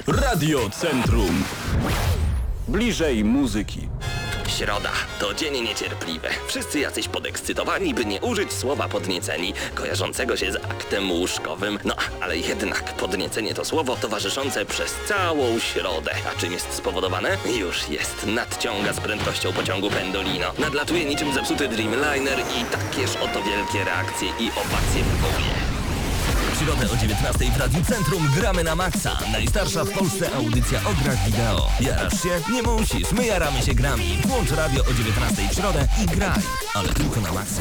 Radio Centrum. Bliżej muzyki. Środa to dzień niecierpliwy. Wszyscy jacyś podekscytowani, by nie użyć słowa podnieceni, kojarzącego się z aktem łóżkowym. No, ale jednak podniecenie to słowo towarzyszące przez całą środę. A czym jest spowodowane? Już jest. Nadciąga z prędkością pociągu Pendolino. Nadlatuje niczym zepsuty Dreamliner i takież oto wielkie reakcje i owacje w głowie. W środę o 19 w Radiu Centrum gramy na maksa. Najstarsza w Polsce audycja o grach wideo. Jarasz się? Nie musisz, my jaramy się grami. Włącz radio o 19 w środę i graj. Ale tylko na maksa.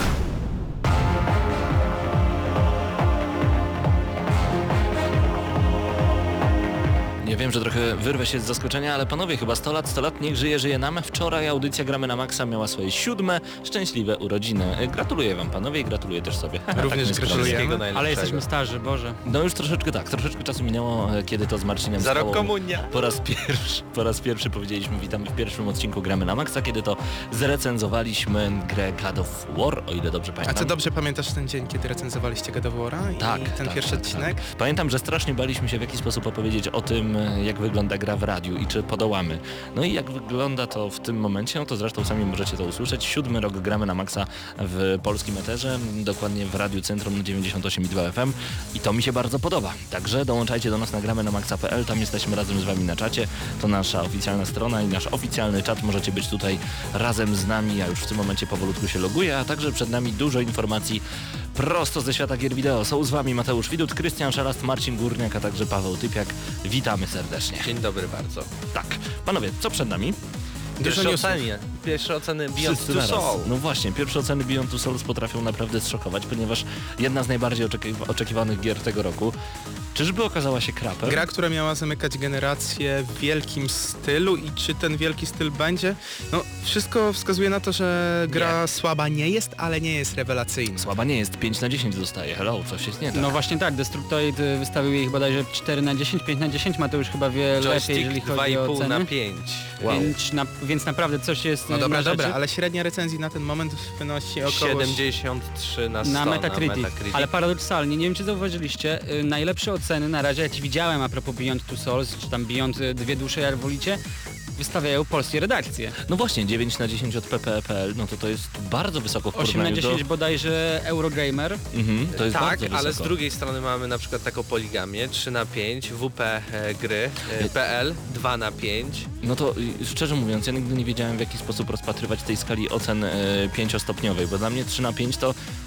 Ja wiem, że trochę wyrwę się z zaskoczenia, ale panowie, chyba 100 lat, niech żyje nam. Wczoraj audycja Gramy na Maxa miała swoje 7. szczęśliwe urodziny. Gratuluję wam panowie i gratuluję też sobie. Również tak gratulujemy. Ale jesteśmy starzy, Boże. No już troszeczkę czasu minęło, kiedy to z Marcinem Za rok Skałą komunia. po raz pierwszy powiedzieliśmy witamy w pierwszym odcinku Gramy na Maxa, kiedy to zrecenzowaliśmy grę God of War, o ile dobrze A pamiętam. co dobrze pamiętasz ten dzień, kiedy recenzowaliście God of War'a i ten pierwszy odcinek? Tak. Pamiętam, że strasznie baliśmy się w jakiś sposób opowiedzieć o tym, jak wygląda gra w radiu i czy podołamy. No i jak wygląda to w tym momencie, no to zresztą sami możecie to usłyszeć. 7. rok Gramy na Maxa w polskim eterze, dokładnie w Radiu Centrum na 98,2 FM i to mi się bardzo podoba. Także dołączajcie do nas na gramy na maxa.pl, tam jesteśmy razem z wami na czacie. To nasza oficjalna strona i nasz oficjalny czat. Możecie być tutaj razem z nami. Ja już w tym momencie powolutku się loguję, a także przed nami dużo informacji prosto ze świata gier wideo. Są z wami Mateusz Widut, Krystian Szelast, Marcin Górniak, a także Paweł Typiak. Witamy serdecznie. Dzień dobry bardzo. Tak. Panowie, co przed nami? Pierwsze oceny Beyond Wszyscy Two naraz. Souls. No właśnie, pierwsze oceny Beyond Two Souls potrafią naprawdę zszokować, ponieważ jedna z najbardziej oczekiwanych gier tego roku. Czyżby okazała się krapem? Gra, która miała zamykać generację w wielkim stylu i czy ten wielki styl będzie? No, wszystko wskazuje na to, że gra słaba nie jest, ale nie jest rewelacyjna. Słaba nie jest, 5 na 10 dostaje. Hello, coś jest nie tak. No właśnie tak, Destructoid wystawił jej bodajże 4 na 10, 5 na 10, Mateusz chyba wie lepiej, Joystick jeżeli chodzi o 2,5 ceny. na 5. Wow. Więc naprawdę coś jest No dobra, na rzeczy. ale średnia recenzji na ten moment wynosi około... 73 na 100 Na Metacritic. Ale paradoksalnie, nie wiem czy zauważyliście, najlepsze oceny na razie, jakie widziałem a propos Beyond Two Souls, czy tam Beyond Dwie Dusze, jak wolicie, wystawiają polskie redakcje. No właśnie, 9 na 10 od pp.pl, no to jest bardzo wysoko w 8 porównaniu na 10 do... bodajże Eurogamer. To jest tak, bardzo wysoko. ale z drugiej strony mamy na przykład taką poligamię 3 na 5, WP gry, PL 2 na 5. No to szczerze mówiąc, ja nigdy nie wiedziałem w jaki sposób rozpatrywać tej skali ocen 5-stopniowej, bo dla mnie 3 na 5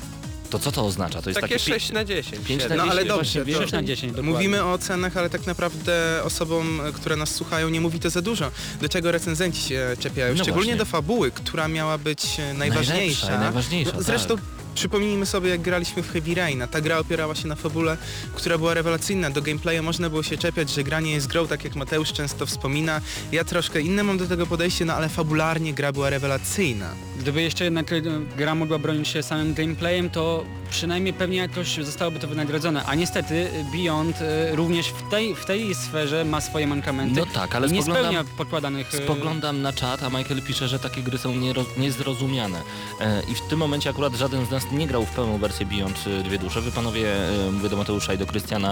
to co to oznacza? To jest Takie takie 6 na 10. 5 na 10 No ale dobrze, właśnie to 6 na 10 dokładnie. mówimy o ocenach, ale tak naprawdę osobom, które nas słuchają, nie mówi to za dużo. Do czego recenzenci się czepiają, No szczególnie właśnie. do fabuły, która miała być najważniejsza. Najważniejsza, No, zresztą tak. przypomnijmy sobie, jak graliśmy w Heavy Raina. Ta gra opierała się na fabule, która była rewelacyjna. Do gameplaya można było się czepiać, że gra nie jest grą, tak jak Mateusz często wspomina. Ja troszkę inne mam do tego podejście, no ale fabularnie gra była rewelacyjna. Gdyby jeszcze jednak gra mogła bronić się samym gameplayem, to przynajmniej pewnie jakoś zostałoby to wynagrodzone. A niestety Beyond również w tej sferze ma swoje mankamenty. No tak, ale i nie spełnia podkładanych... Spoglądam na czat, a Michael pisze, że takie gry są niezrozumiane. I w tym momencie akurat żaden z nas nie grał w pełną wersję Beyond Dwie Dusze. Wy panowie, mówię do Mateusza i do Krystiana,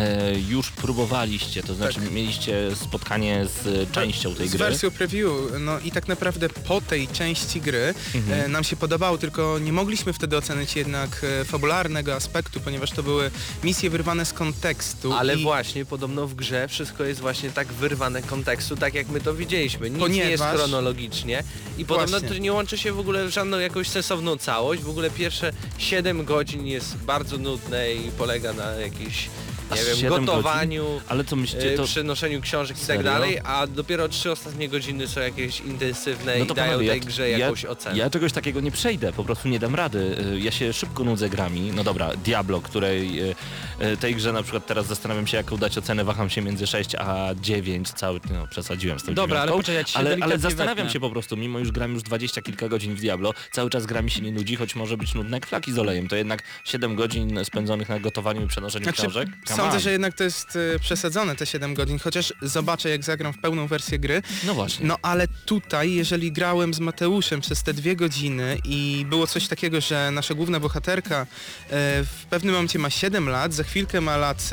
już próbowaliście, to znaczy mieliście spotkanie z częścią tej Z gry. wersją preview, no i tak naprawdę po tej części gry nam się podobało, tylko nie mogliśmy wtedy ocenić jednak fabularnego aspektu, ponieważ to były misje wyrwane z kontekstu. Ale właśnie, podobno w grze wszystko jest właśnie tak wyrwane kontekstu, tak jak my to widzieliśmy. Nic nie jest Ponieważ- chronologicznie i podobno to nie łączy się w ogóle w żadną jakąś sensowną całość. W ogóle pierwsze 7 godzin jest bardzo nudne i polega na jakiejś, Aż nie wiem, 7 gotowaniu, godzin? Ale co myślicie, to... przenoszeniu książek i tak Serio? dalej, a dopiero 3 ostatnie godziny są jakieś intensywne No i to dają panowie, tej grze jakąś ocenę. Ja czegoś takiego nie przejdę, po prostu nie dam rady. Ja się szybko nudzę grami. No dobra, Diablo, tej grze na przykład teraz zastanawiam się jaką dać ocenę, waham się między 6 a 9, przesadziłem z tym Dobra, ale dziewiątką. poczekaj, ja ci się ale delikatnie zastanawiam wetnę. się po prostu, mimo już gram już 20 kilka godzin w Diablo, cały czas gra mi się nie nudzi, choć może być nudne jak flaki z olejem. To jednak 7 godzin spędzonych na gotowaniu i przenoszeniu książek. Come Sądzę, że jednak to jest przesadzone te 7 godzin, chociaż zobaczę jak zagram w pełną wersję gry. No właśnie. No ale tutaj, jeżeli grałem z Mateuszem przez te 2 godziny i było coś takiego, że nasza główna bohaterka w pewnym momencie ma 7 lat, za chwilkę ma lat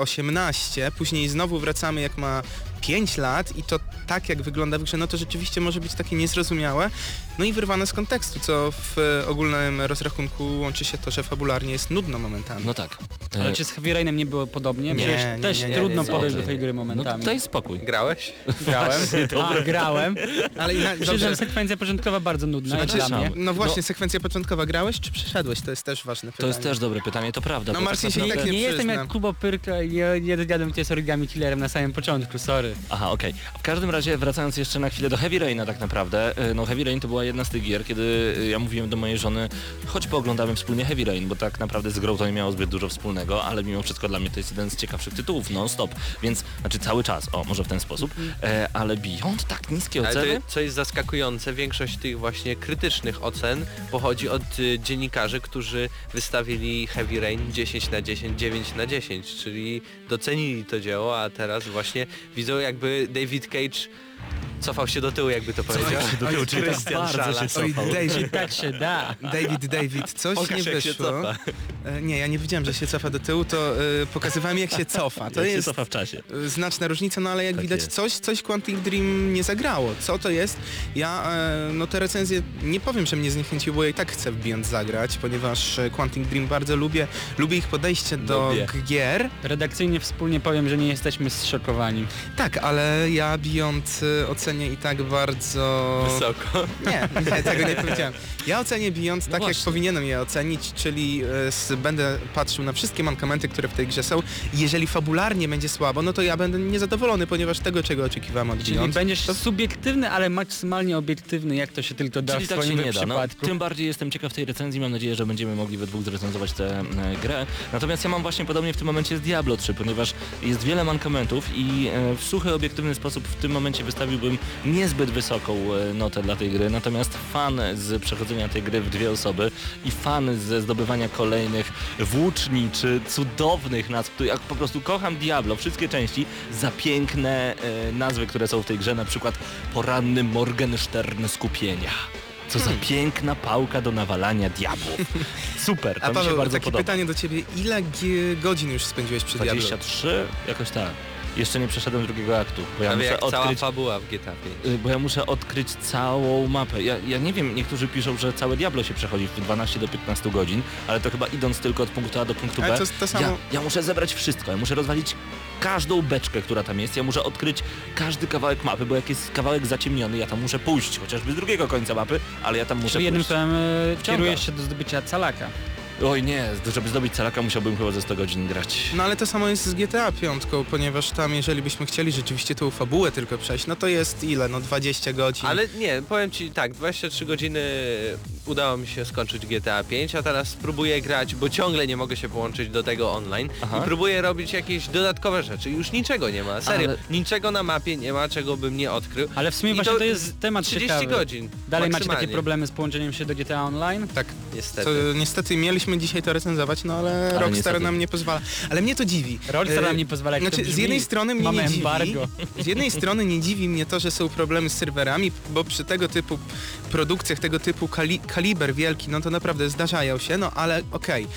18, później znowu wracamy jak ma 5 lat i to tak jak wygląda w grze, no to rzeczywiście może być takie niezrozumiałe, no i wyrwane z kontekstu, co w ogólnym rozrachunku łączy się to, że fabularnie jest nudno momentami. No tak. Ale czy z Heavy Rainem nie było podobnie? Nie, Przecież nie, też nie, trudno nie, podejść nie. do tej gry No momentami. daj spokój. Grałeś? Grałem. Grałem. Ale Przyznam, dobrze, sekwencja początkowa bardzo nudna jak Przepraszam. dla mnie. no właśnie, sekwencja początkowa grałeś czy przeszedłeś? To jest też ważne pytanie. To jest też dobre pytanie, to prawda. No bo Marcin się naprawdę- tak Nie jestem przyznam. jak Kubo Pyrka i nie zjadłem cię z Origami Killerem na samym początku, sorry. Aha, okej. W każdym razie, wracając jeszcze na chwilę do Heavy Raina tak naprawdę, no Heavy Rain to była jedna z tych gier, kiedy ja mówiłem do mojej żony, chodź pooglądamy wspólnie Heavy Rain, bo tak naprawdę z grą to nie miało zbyt dużo wspólnego, ale mimo wszystko dla mnie to jest jeden z ciekawszych tytułów non-stop, więc, znaczy cały czas, może w ten sposób, ale Beyond tak niskie Ale oceny? to, co jest zaskakujące, większość tych właśnie krytycznych ocen pochodzi od dziennikarzy, którzy wystawili Heavy Rain 10 na 10, 9 na 10, czyli docenili to dzieło, a teraz właśnie widzą jakby David Cage cofał się do tyłu, jakby to powiedział. do tyłu, czyli tak Christian bardzo Schalla. się Oj, cofał. David, Tak się da. David, coś Pokaż, nie jak się wyszło. cofa. Nie, ja nie widziałem, że się cofa do tyłu, to pokazywałem jak się cofa. To Jak się jest cofa w czasie. znaczna różnica, no ale jak Tak widać jest. coś Quantic Dream nie zagrało. Co to jest? Ja no te recenzje nie powiem, że mnie zniechęciły, bo ja i tak chcę w Beyond zagrać, ponieważ Quantic Dream bardzo lubię ich podejście do Lubię. gier. Redakcyjnie wspólnie powiem, że nie jesteśmy zszokowani. Tak, ale ja Beyond ocenię i tak bardzo... Wysoko. Nie, tego nie powiedziałem. Ja ocenię Beyond tak, jak właśnie. powinienem je ocenić, czyli będę patrzył na wszystkie mankamenty, które w tej grze są. Jeżeli fabularnie będzie słabo, no to ja będę niezadowolony, ponieważ tego, czego oczekiwałem od Czyli Beyond. będziesz subiektywny, ale maksymalnie obiektywny, jak to się tylko da Czyli w tak się swoim nie da. No, przypadku. tym bardziej jestem ciekaw tej recenzji, mam nadzieję, że będziemy mogli we dwóch zrecenzować tę grę. Natomiast ja mam właśnie podobnie w tym momencie z Diablo 3, ponieważ jest wiele mankamentów i w suchy, obiektywny sposób w tym momencie wystawiłbym niezbyt wysoką notę dla tej gry, natomiast fan z przechodzenia tej gry w 2 osoby i fan ze zdobywania kolejnych włóczni czy cudownych nazw, jak po prostu kocham Diablo, wszystkie części za piękne nazwy, które są w tej grze, na przykład Poranny Morgenstern Skupienia. Co za piękna pałka do nawalania diabłów. Super, to A mi się Paweł, bardzo takie podoba. pytanie do ciebie, ile godzin już spędziłeś przy Diablo? 23? Jakoś tak. Jeszcze nie przeszedłem drugiego aktu, bo ja Prawie muszę jak cała odkryć... fabuła w GTA 5. Bo ja muszę odkryć całą mapę. Ja nie wiem, niektórzy piszą, że całe Diablo się przechodzi w 12 do 15 godzin, ale to chyba idąc tylko od punktu A do punktu B. Ale to samo... Ja muszę zebrać wszystko, ja muszę rozwalić każdą beczkę, która tam jest, ja muszę odkryć każdy kawałek mapy, bo jak jest kawałek zaciemniony, ja tam muszę pójść, chociażby z drugiego końca mapy, ale ja tam muszę Czyli jednym pójść. słowem Wciąga. kierujesz się do zdobycia calaka. Oj nie, żeby zdobyć calaka musiałbym chyba ze 100 godzin grać. No ale to samo jest z GTA 5, ponieważ tam jeżeli byśmy chcieli rzeczywiście tą fabułę tylko przejść, no to jest ile? No 20 godzin. Ale nie, powiem ci tak, 23 godziny udało mi się skończyć GTA 5, a teraz spróbuję grać, bo ciągle nie mogę się połączyć do tego online Aha. i próbuję robić jakieś dodatkowe rzeczy. Już niczego nie ma, serio. Ale- Niczego na mapie nie ma, czego bym nie odkrył. Ale w sumie I właśnie to jest temat 30 ciekawy. godzin. Dalej macie takie maksymalnie. problemy z połączeniem się do GTA Online? Tak, Niestety. to niestety mieliśmy dzisiaj to recenzować, no ale Rockstar niestety. nam nie pozwala. Ale mnie to dziwi. Rockstar nam nie pozwala, jak to Znaczy, z brzmi. jednej strony mnie Mamy nie dziwi, embargo. z jednej strony nie dziwi mnie to, że są problemy z serwerami, bo przy tego typu produkcjach, tego typu kaliber wielki, no to naprawdę zdarzają się, no ale okej.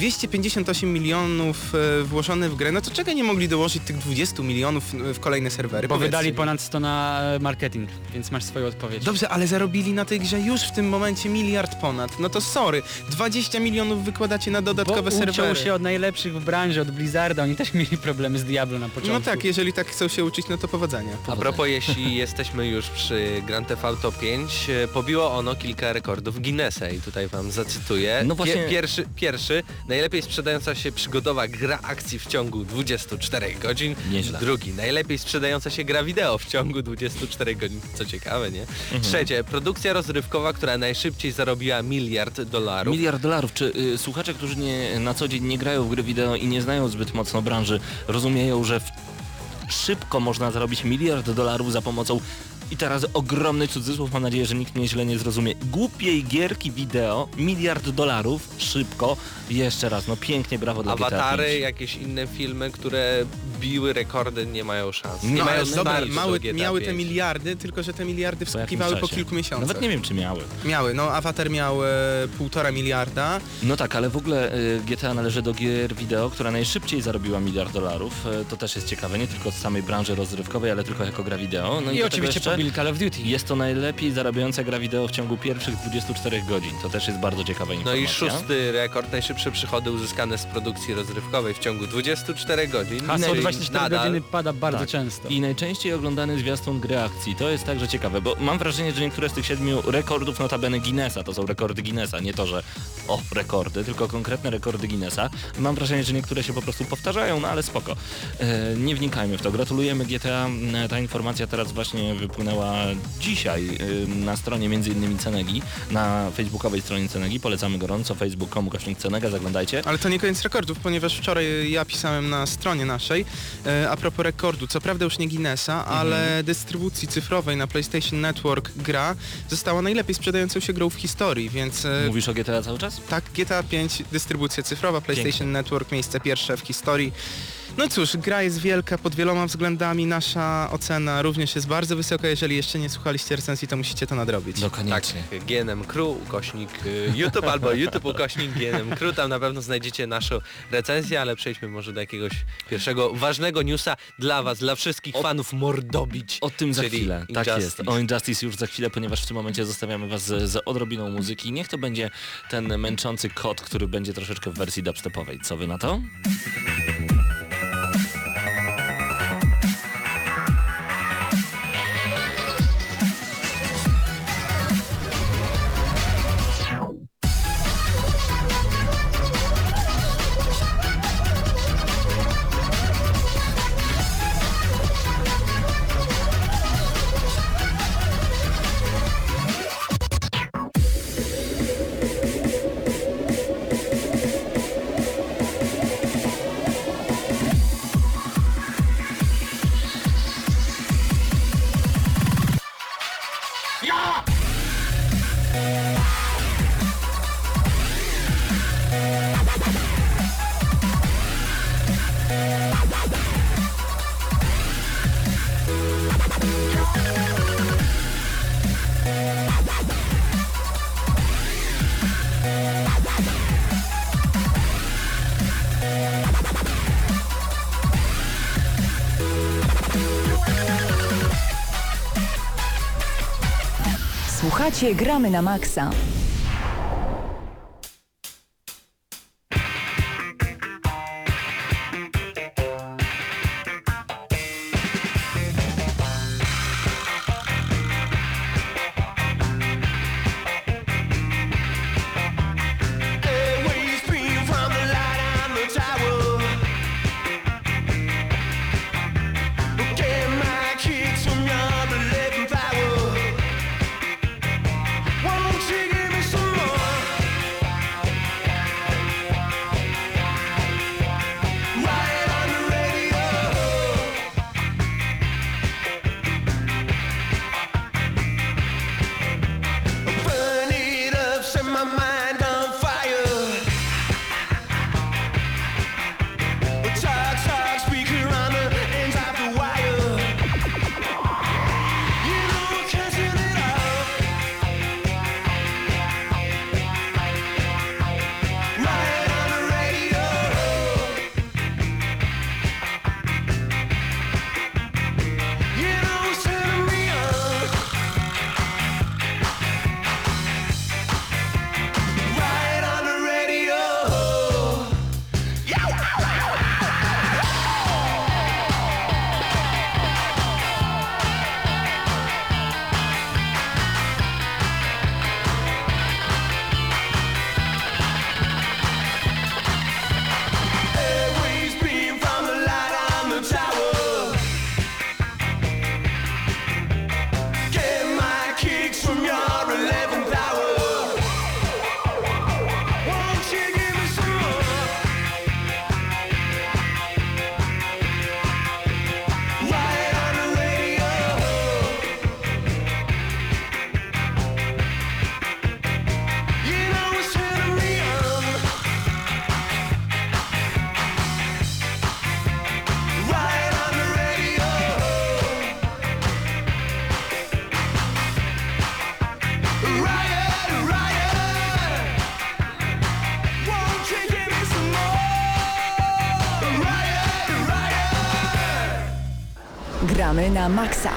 258 milionów włożone w grę, no to czego nie mogli dołożyć tych 20 milionów w kolejne serwery? Bo Powiedzcie wydali mi. ponad 100 na marketing, więc masz swoją odpowiedź. Dobrze, ale zarobili na tej grze już w tym momencie miliard ponad. No to sorry, 20 milionów wykładacie na dodatkowe Bo uczą serwery. się od najlepszych w branży, od Blizzarda, oni też mieli problemy z Diablo na początku. No tak, jeżeli tak chcą się uczyć, no to powodzenia. A propos, jeśli jesteśmy już przy Grand Theft Auto 5, pobiło ono kilka rekordów Guinnessa i tutaj wam zacytuję. No właśnie- Pierwszy, najlepiej sprzedająca się przygodowa gra akcji w ciągu 24 godzin. Nieźle. Drugi, najlepiej sprzedająca się gra wideo w ciągu 24 godzin. Co ciekawe, nie? Trzecie, produkcja rozrywkowa, która najszybciej zarobiła $1 miliard. $1 miliard. Czy słuchacze, którzy na co dzień nie grają w gry wideo i nie znają zbyt mocno branży, rozumieją, że szybko można zarobić $1 miliard za pomocą I teraz ogromny cudzysłów, mam nadzieję, że nikt mnie źle nie zrozumie. Głupiej gierki wideo, $1 miliard, szybko, jeszcze raz, no pięknie, brawo dla GTA Awatary, 5. jakieś inne filmy, które biły rekordy, nie mają szans. Nie Nie mają mają Dobra, stali do GTA miały te 5. miliardy, tylko że te miliardy Po jakimś wskakiwały po czasie. kilku miesiącach. Nawet nie wiem, czy miały. Miały, no Avatar miał 1,5 miliarda. No tak, ale w ogóle GTA należy do gier wideo, która najszybciej zarobiła $1 miliard. To też jest ciekawe, nie tylko z samej branży rozrywkowej, ale tylko jako gra wideo. No I do tego oczywiście jeszcze pobili Call of Duty. jest to najlepiej zarabiająca gra wideo w ciągu pierwszych 24 godzin. To też jest bardzo ciekawa No informacja. i 6. rekord, najszybsze przychody uzyskane z produkcji rozrywkowej w ciągu 24 godzin. Hasło Czyli 24 nadal godziny pada bardzo Tak. często. I najczęściej oglądany zwiastun gry akcji. To jest także ciekawe, bo mam wrażenie, że niektóre z tych 7 rekordów notabene Guinnessa, to są rekordy Guinnessa, nie to, że rekordy, tylko konkretne rekordy Guinnessa. Mam wrażenie, że niektóre się po prostu powtarzają, no ale spoko. Nie wnikajmy w to. Gratulujemy GTA. Ta informacja teraz właśnie wypłynęła dzisiaj na stronie m.in. Cenegi, na facebookowej stronie Cenegi. Polecamy gorąco, facebook.com/Cenega, zaglądajcie. Ale to nie koniec rekordów, ponieważ wczoraj ja pisałem na stronie naszej a propos rekordu, co prawda już nie Guinnessa, ale dystrybucji cyfrowej na PlayStation Network gra została najlepiej sprzedającą się grą w historii, więc Mówisz o GTA cały czas? tak, GTA 5, dystrybucja cyfrowa, PlayStation Pięknie. Network, miejsce pierwsze w historii. No cóż, gra jest wielka pod wieloma względami, nasza ocena również jest bardzo wysoka, jeżeli jeszcze nie słuchaliście recenzji, to musicie to nadrobić. No tak, koniecznie. GNM Crew, ukośnik YouTube albo YouTube ukośnik GNM Crew, tam na pewno znajdziecie naszą recenzję, ale przejdźmy może do jakiegoś pierwszego ważnego newsa dla was, dla wszystkich fanów Mordobić. O tym za czyli chwilę, tak Injustice. jest. O Injustice już za chwilę, ponieważ w tym momencie zostawiamy was z odrobiną muzyki. Niech to będzie ten męczący kot, który będzie troszeczkę w wersji dubstepowej. Co wy na to? Słuchacie, gramy na maksa. Won't you give me Gramy na maksa.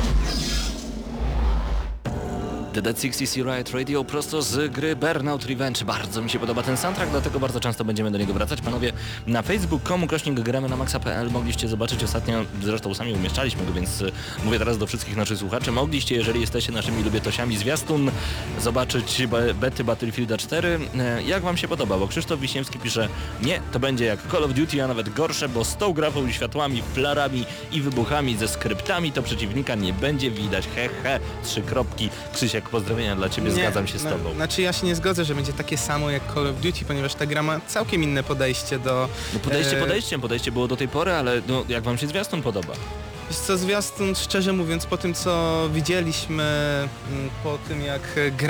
The Dead 60 Riot Radio prosto z gry Burnout Revenge. Bardzo mi się podoba ten soundtrack, dlatego bardzo często będziemy do niego wracać. Panowie, na facebook.com/gramy na maxa.pl mogliście zobaczyć ostatnio, zresztą sami umieszczaliśmy go, więc mówię teraz do wszystkich naszych słuchaczy, mogliście, jeżeli jesteście naszymi lubietosiami zwiastun, zobaczyć bety Battlefielda 4. Jak wam się podoba? Bo Krzysztof Wiśniewski pisze, nie, to będzie jak Call of Duty, a nawet gorsze, bo z tą grafą i światłami, flarami i wybuchami ze skryptami to przeciwnika nie będzie widać. He, 3 kropki. Krzysiek, pozdrowienia dla Ciebie, zgadzam się z Tobą. Znaczy ja się nie zgodzę, że będzie takie samo jak Call of Duty, ponieważ ta gra ma całkiem inne podejście do... No podejście było do tej pory, ale no, jak Wam się zwiastun podoba? Wiesz co, zwiastun, szczerze mówiąc, po tym co widzieliśmy, po tym jak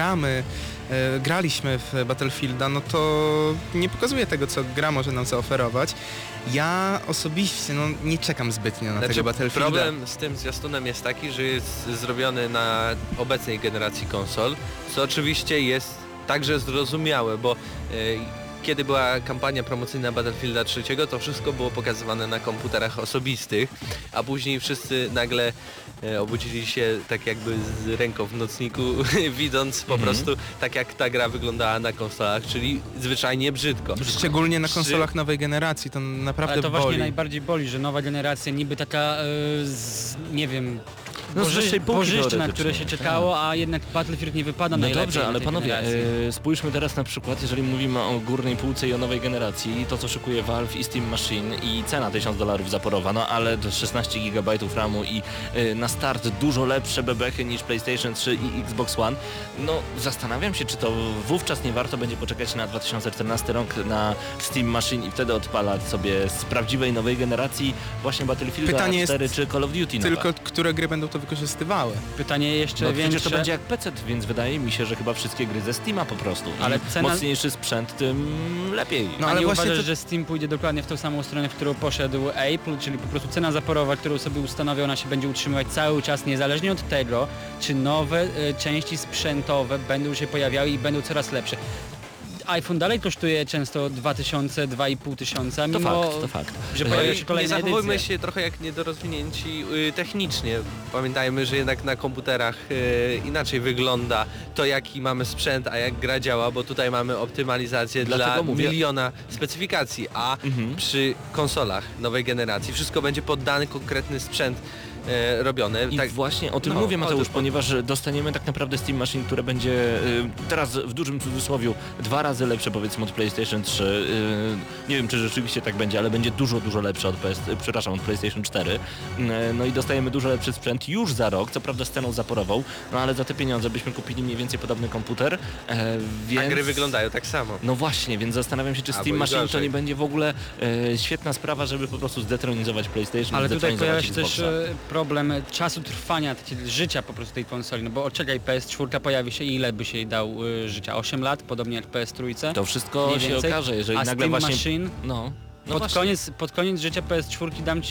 graliśmy w Battlefielda, no to nie pokazuje tego, co gra może nam zaoferować. Ja osobiście nie czekam zbytnio na tego Battlefielda. Problem z tym zwiastunem jest taki, że jest zrobiony na obecnej generacji konsol, co oczywiście jest także zrozumiałe, bo kiedy była kampania promocyjna Battlefielda 3, to wszystko było pokazywane na komputerach osobistych, a później wszyscy nagle obudzili się tak jakby z ręką w nocniku, widząc po prostu tak jak ta gra wyglądała na konsolach, czyli zwyczajnie brzydko. Szczególnie na konsolach nowej generacji, to naprawdę ale to boli. właśnie najbardziej boli, że nowa generacja niby taka, nie wiem... No bożyszcze, na które się czekało, a jednak Battlefield nie wypada najlepiej. Dobrze, ale panowie, spójrzmy teraz na przykład, jeżeli mówimy o górnej półce i o nowej generacji, to co szykuje Valve i Steam Machine i cena $1000 zaporowa, no ale do 16 GB RAMu i na start dużo lepsze bebechy niż PlayStation 3 i Xbox One, no zastanawiam się, czy to wówczas nie warto będzie poczekać na 2014 rok na Steam Machine i wtedy odpalać sobie z prawdziwej nowej generacji właśnie Battlefielda 4 czy Call of Duty nowa. Tylko które gry będą to wykorzystywały. Pytanie jeszcze większe. Przecież to będzie jak PC, więc wydaje mi się, że chyba wszystkie gry ze Steama po prostu. Ale im mocniejszy sprzęt, tym lepiej. No ale nie właśnie uważasz, że Steam pójdzie dokładnie w tą samą stronę, w którą poszedł Apple, czyli po prostu cena zaporowa, którą sobie ustanowił, ona się będzie utrzymywać cały czas, niezależnie od tego, czy nowe części sprzętowe będą się pojawiały i będą coraz lepsze. iPhone dalej kosztuje często 2000, 2500, mimo to fakt. że pojawiają się kolejne nie zachowujmy edycje. się trochę jak niedorozwinięci technicznie. Pamiętajmy, że jednak na komputerach inaczej wygląda to, jaki mamy sprzęt, a jak gra działa, bo tutaj mamy optymalizację dla miliona specyfikacji, a przy konsolach nowej generacji wszystko będzie pod dany konkretny sprzęt robione. I tak, właśnie o tym mówię, Mateusz, ponieważ dostaniemy tak naprawdę Steam Machine, które będzie teraz w dużym cudzysłowiu 2 razy lepsze powiedzmy od PlayStation 3. Nie wiem, czy rzeczywiście tak będzie, ale będzie dużo lepsze od PlayStation 4. No i dostajemy dużo lepszy sprzęt już za rok, co prawda z ceną zaporową, no ale za te pieniądze byśmy kupili mniej więcej podobny komputer. Więc... A gry wyglądają tak samo. No właśnie, więc zastanawiam się, czy Steam Machine to nie będzie w ogóle świetna sprawa, żeby po prostu zdetronizować PlayStation. Ale tutaj pojawia się Xboxa. też problem czasu trwania życia po prostu tej konsoli, no bo czekaj, PS4 pojawi się i ile by się jej dał życia? 8 lat, podobnie jak PS3? To wszystko się okaże, jeżeli a nagle Steam właśnie... Machine? No pod koniec życia PS4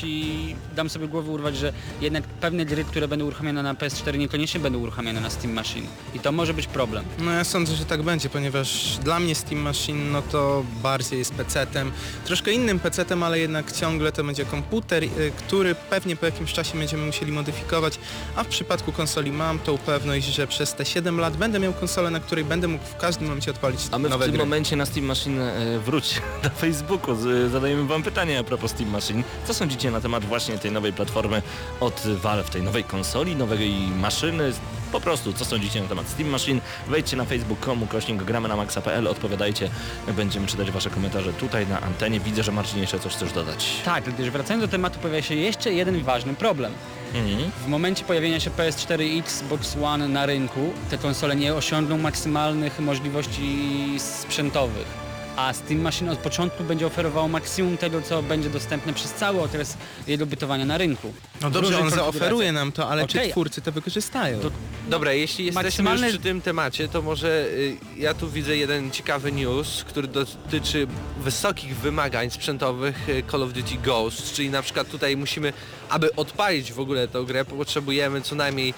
dam sobie głowę urwać, że jednak pewne gry, które będą uruchamiane na PS4 niekoniecznie będą uruchamiane na Steam Machine. I to może być problem. No ja sądzę, że tak będzie, ponieważ dla mnie Steam Machine no to bardziej jest PC-tem, troszkę innym PC-tem, ale jednak ciągle to będzie komputer, który pewnie po jakimś czasie będziemy musieli modyfikować, a w przypadku konsoli mam tą pewność, że przez te 7 lat będę miał konsolę, na której będę mógł w każdym momencie odpalić a my nowe w tym gry. momencie na Steam Machine wróć na Facebooku, zadajemy wam pytanie a propos Steam Machine. Co sądzicie na temat właśnie tej nowej platformy od Valve, tej nowej konsoli, nowej maszyny? Po prostu, co sądzicie na temat Steam Machine? Wejdźcie na facebook.com/gramy na maxa.pl, odpowiadajcie, będziemy czytać wasze komentarze tutaj na antenie. Widzę, że Marcin jeszcze coś chcesz dodać. Tak, gdyż wracając do tematu pojawia się jeszcze jeden ważny problem. W momencie pojawienia się PS4 i Xbox One na rynku, te konsole nie osiągną maksymalnych możliwości sprzętowych. A Steam Machine od początku będzie oferowało maksimum tego, co będzie dostępne przez cały okres jego bytowania na rynku. No dobrze, on zaoferuje nam to, ale czy twórcy to wykorzystają? Dobra, jeśli jesteśmy już przy tym temacie, to może ja tu widzę jeden ciekawy news, który dotyczy wysokich wymagań sprzętowych Call of Duty Ghosts, czyli na przykład tutaj musimy, aby odpalić w ogóle tę grę, potrzebujemy co najmniej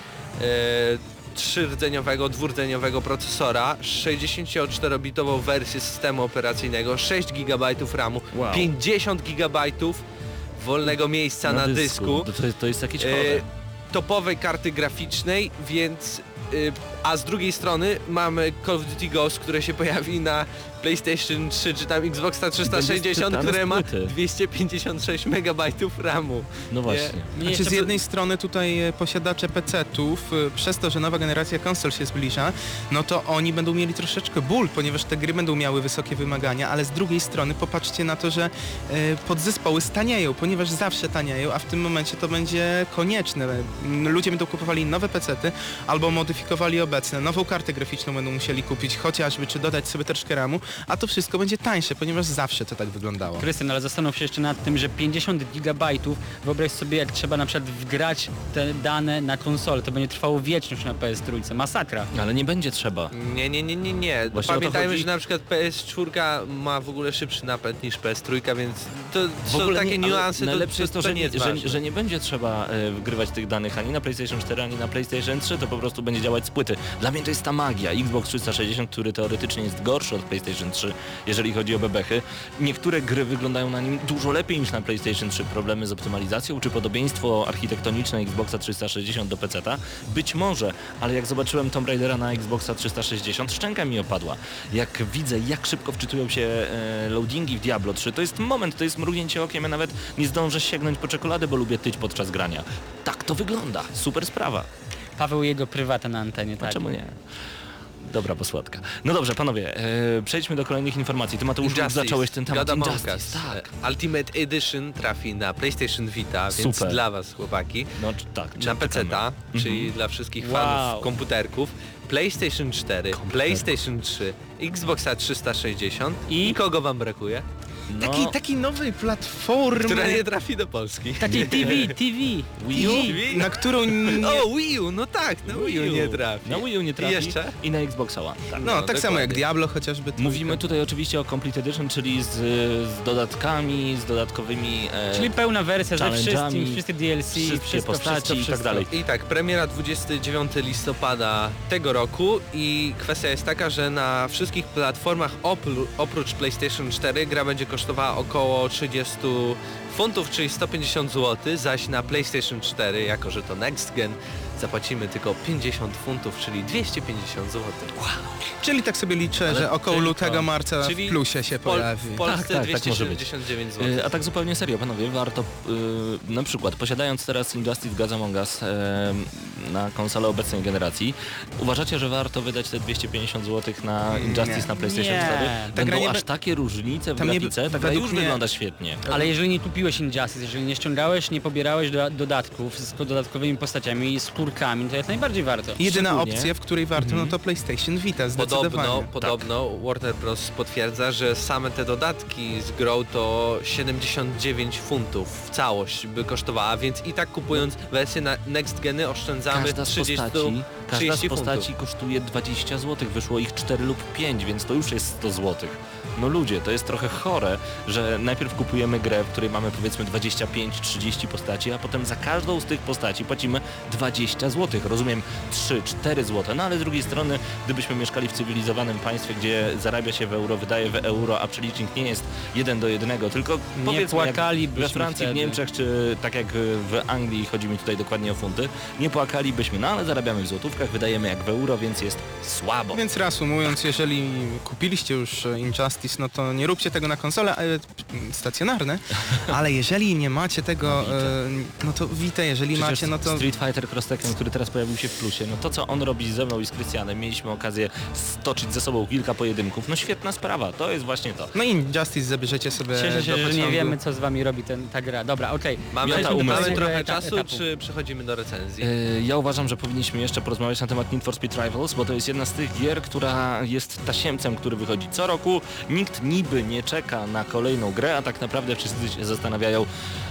3-rdzeniowego, 2-rdzeniowego procesora, 64-bitową wersję systemu operacyjnego, 6 GB RAMu, 50 GB wolnego miejsca na dysku. To jest jakieś chore. Topowej karty graficznej, więc a z drugiej strony mamy Call of Duty Ghost, które się pojawi na PlayStation 3 czy tam Xboxa 360, które ma 256 MB RAMu. No właśnie. Znaczy z jednej strony tutaj posiadacze PC-ów, przez to, że nowa generacja konsol się zbliża, no to oni będą mieli troszeczkę ból, ponieważ te gry będą miały wysokie wymagania, ale z drugiej strony popatrzcie na to, że podzespoły stanieją, ponieważ zawsze tanieją, a w tym momencie to będzie konieczne. Ludzie będą kupowali nowe PC-ty albo modyfikowali obecne. Nową kartę graficzną będą musieli kupić chociażby, czy dodać sobie troszkę RAMu, a to wszystko będzie tańsze, ponieważ zawsze to tak wyglądało. Krystian, ale zastanów się jeszcze nad tym, że 50 gigabajtów, wyobraź sobie, jak trzeba na przykład wgrać te dane na konsolę, to będzie trwało wieczność na PS3, masakra. Ale nie będzie trzeba. Nie. Właśnie Pamiętajmy, chodzi... że na przykład PS4 ma w ogóle szybszy napęd niż PS3, więc to W ogóle są takie nie, niuanse. najlepsze jest to, że że nie będzie trzeba wgrywać tych danych ani na PlayStation 4, ani na PlayStation 3, to po prostu będzie działać z płyty. Dla mnie to jest ta magia. Xbox 360, który teoretycznie jest gorszy od PlayStation 3, jeżeli chodzi o bebechy. Niektóre gry wyglądają na nim dużo lepiej niż na PlayStation 3. Problemy z optymalizacją, czy podobieństwo architektoniczne Xboxa 360 do PC-ta? Być może, ale jak zobaczyłem Tomb Raidera na Xboxa 360, szczęka mi opadła. Jak widzę, jak szybko wczytują się loadingi w Diablo 3, to jest moment, to jest mrugnięcie okiem, ja nawet nie zdążę sięgnąć po czekoladę, bo lubię tyć podczas grania. Tak to wygląda. Super sprawa. Paweł i jego prywata na antenie, A tak. czemu nie? Dobra posładka. No dobrze, panowie, przejdźmy do kolejnych informacji. Ty, Mateusz, już zacząłeś ten temat. God Among Injustice, Us. tak. Ultimate Edition trafi na PlayStation Vita, więc Super. dla was, chłopaki. No tak. Na czekamy. PC-ta, czyli dla wszystkich fanów komputerków. PlayStation 4, PlayStation 3, Xboxa 360 i kogo wam brakuje? No, Takiej nowej platformy, Która nie trafi do Polski. Takiej TV. Wii U? na którą nie... O, Wii U, no tak, na Wii U nie trafi. Na Wii U nie trafi I jeszcze? i na Xbox One. Tak. No, tak samo dokładnie. jak Diablo chociażby. trójka. Mówimy tutaj oczywiście o Complete Edition, czyli z dodatkami, z dodatkowymi Czyli pełna wersja ze challenge'ami, wszystkim, wszyscy DLC, wszystkie postaci i tak dalej. I tak, premiera 29 listopada tego roku i kwestia jest taka, że na wszystkich platformach oprócz PlayStation 4 gra będzie kosztowała około 30 funtów, czyli 150 zł, zaś na PlayStation 4, jako że to Next Gen, zapłacimy tylko 50 funtów, czyli 250 zł. Czyli tak sobie liczę, Ale że około tylko- lutego, marca Czyli w plusie się pojawi. W Polsce Tak, tak może być. 279 zł. A tak zupełnie serio, panowie, warto na przykład posiadając teraz Injustice God Among Us na konsolę obecnej generacji, uważacie, że warto wydać te 250 zł na Injustice na PlayStation Nie. 4? Ta Będą gra nie aż be- takie różnice w Tam nie- grafice? Ta gra według już mnie- wygląda świetnie. Ale jeżeli nie kupiłeś Injustice, jeżeli nie ściągałeś, nie pobierałeś dodatków z dodatkowymi postaciami i skórkami, to jak najbardziej warto. Jedyna szczególnie- opcja, w której warto, no to PlayStation Vita, zdecydowanie. Podobno Warner Bros. Potwierdza, że same te dodatki z grą to 79 funtów w całość by kosztowała, więc i tak kupując wersję na Next Geny oszczędzamy Każda z 30 postaci funtów. kosztuje 20 zł, wyszło ich 4 lub 5, więc to już jest 100 zł. No ludzie, to jest trochę chore, że najpierw kupujemy grę, w której mamy powiedzmy 25-30 postaci, a potem za każdą z tych postaci płacimy 20 zł. Rozumiem 3-4 zł, no ale z drugiej strony, gdybyśmy mieszkali w cywilizowanym państwie, gdzie zarabia się w euro, wydaje w euro, a przelicznik nie jest 1:1, tylko powiedzmy płakalibyśmy jak we Francji, w wtedy. Niemczech, czy tak jak w Anglii, chodzi mi tutaj dokładnie o funty, nie płakalibyśmy, no ale zarabiamy w złotówkach, wydajemy jak w euro, więc jest słabo. Więc reasumując, jeżeli kupiliście już Injustice, no to nie róbcie tego na konsolę stacjonarne, ale jeżeli nie macie tego, no to Vita, jeżeli Przecież macie, no to... Street Fighter Cross Tekken, który teraz pojawił się w plusie, no to co on robi ze mną i z Krystianem, mieliśmy okazję stoczyć ze sobą kilka pojedynków, no świetna sprawa, to jest właśnie to. No i Injustice zabierzecie sobie Cieszę się, do że nie pociągu. wiemy, co z wami robi ta gra. Dobra, okej. Mamy Miota umysłu. trochę Etapu. czasu, czy przechodzimy do recenzji? Ja uważam, że powinniśmy jeszcze porozmawiać na temat Need for Speed Rivals, bo to jest jedna z tych gier, która jest tasiemcem, który wychodzi co roku. Nikt niby nie czeka na kolejną grę, a tak naprawdę wszyscy się zastanawiają,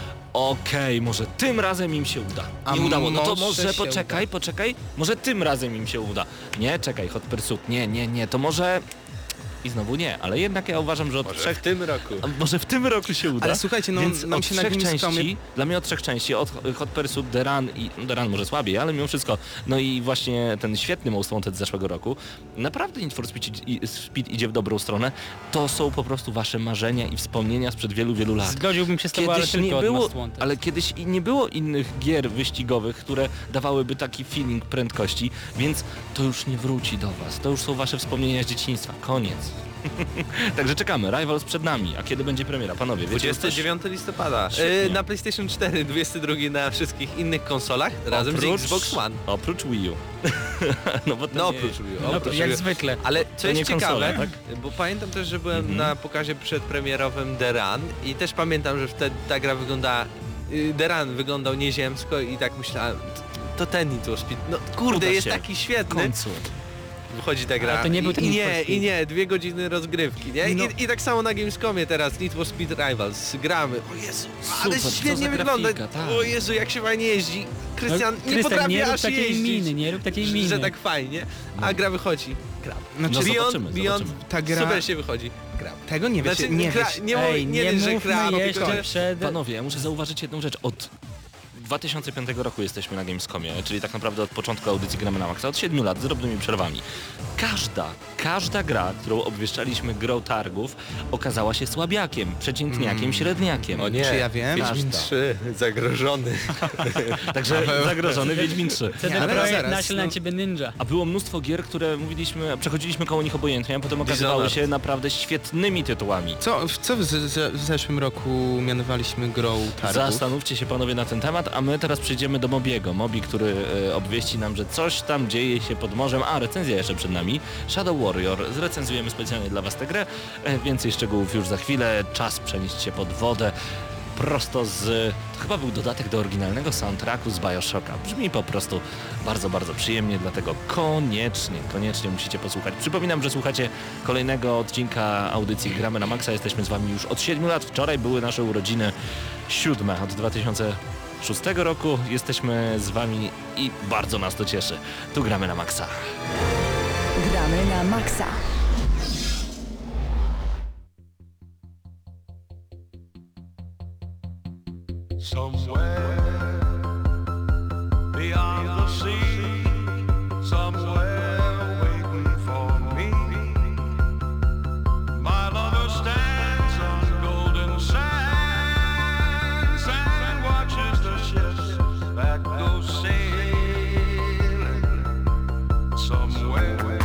okej, może tym razem im się uda. A Nie udało, no to może może się poczekaj, może tym razem im się uda. Nie, czekaj, Hot Pursuit, nie, to może... i znowu nie, ale jednak ja uważam, że od Może trzech... w tym roku. Może w tym roku się uda. Ale słuchajcie, no Więc nam od się na trzech Gamescomie... części, dla mnie od trzech części, od Hot Pursuit, The Run i... No The Run może słabiej, ale mimo wszystko, no i właśnie ten świetny Most Wanted z zeszłego roku, naprawdę Need for Speed idzie w dobrą stronę. To są po prostu wasze marzenia i wspomnienia sprzed wielu, wielu lat. Zgodziłbym się z tobą, ale tylko od Most Wanted. Ale kiedyś nie było innych gier wyścigowych, które dawałyby taki feeling prędkości, więc to już nie wróci do was. To już są wasze wspomnienia z dzieciństwa. Koniec. Także czekamy. Rivals przed nami. A kiedy będzie premiera? Panowie, wiecie? 29 listopada. Świetnie. Na PlayStation 4, 22 na wszystkich innych konsolach razem z Xbox One. Oprócz Wii U. No bo to No nie... oprócz Wii U. No, oprócz jak Wii U. zwykle. Ale co jest nie ciekawe, konsole, tak? bo pamiętam też, że byłem na pokazie przedpremierowym The Run i też pamiętam, że wtedy ta gra wyglądała... The Run wyglądał nieziemsko i tak myślałem, to ten Need for Speed, no kurde, Uda jest się. taki W świetny. końcu. Wychodzi ta gra Ale to nie był ten Need for Speed. i nie, 2 godziny rozgrywki, nie? No. I tak samo na Gamescomie teraz Need for Speed Rivals, gramy, o Jezu, ale Super, co świetnie za wygląda, grafika, tak. o Jezu, jak się fajnie jeździ. Krystian, nie Krystian, potrafi nie rób aż takiej jeździć, miny, nie rób takiej miny. że tak fajnie, a gra wychodzi, gra. Znaczy, No Beyond, zobaczymy. ta gra... super się wychodzi, gra. Tego nie wiecie, Znaczy, nie gra, wiecie. nie, Ej, nie wiesz, że gra, mówmy tylko jeszcze że... przed... Panowie, ja muszę zauważyć jedną rzecz. Od 2005 roku jesteśmy na Gamescomie, czyli tak naprawdę od początku audycji Gramy na Maxa, od 7 lat z drobnymi przerwami. Każda gra, którą obwieszczaliśmy grą targów, okazała się słabiakiem, przeciętniakiem, średniakiem. O nie, Czy ja wiem? Wiedźmin 3, zagrożony. Także zagrożony Wiedźmin 3. CD ale Projekt zaraz, naśle na ciebie ninja. A było mnóstwo gier, które mówiliśmy, przechodziliśmy koło nich obojętnie, a potem okazywały Dishonored. się naprawdę świetnymi tytułami. Co w zeszłym roku mianowaliśmy grą targów? Zastanówcie się panowie na ten temat, a my teraz przejdziemy do Mobiego. Mobi, który obwieści nam, że coś tam dzieje się pod morzem, a recenzja jeszcze przed nami. Shadow Warrior. Zrecenzujemy specjalnie dla was tę grę. Więcej szczegółów już za chwilę. Czas przenieść się pod wodę. Prosto z... To chyba był dodatek do oryginalnego soundtracku z Bioshocka. Brzmi po prostu bardzo, bardzo przyjemnie, dlatego koniecznie musicie posłuchać. Przypominam, że słuchacie kolejnego odcinka audycji Gramy na Maxa. Jesteśmy z wami już od 7 lat. Wczoraj były nasze urodziny 7 od 2006 roku. Jesteśmy z wami i bardzo nas to cieszy. Tu Gramy na Maxa. Gramy na Maxa. Somewhere beyond the sea, somewhere waiting for me. My lover stands on golden sands and watches the ships that go sailing. Somewhere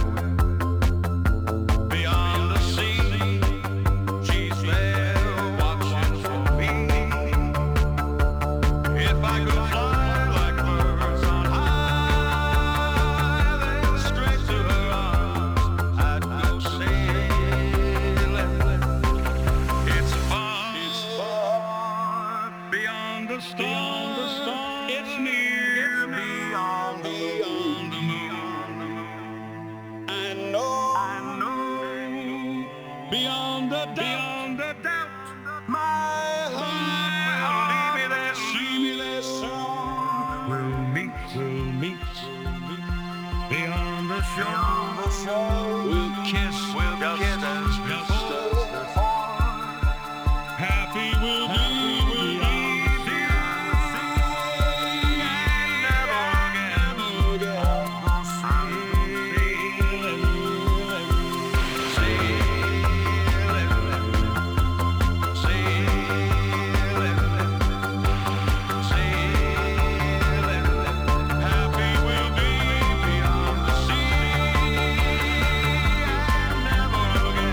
beyond the sea, she's there watching for me. If I could fly like birds on high, then straight to her arms I'd go sailing. It's far beyond the stars, it's near beyond the moon. I know beyond the doubt, my heart will lead me there soon. We'll meet beyond the shore. We'll kiss just as before. Happy we'll be beyond the sea, and never again go sailing. Happy we'll be beyond the sea, and never again.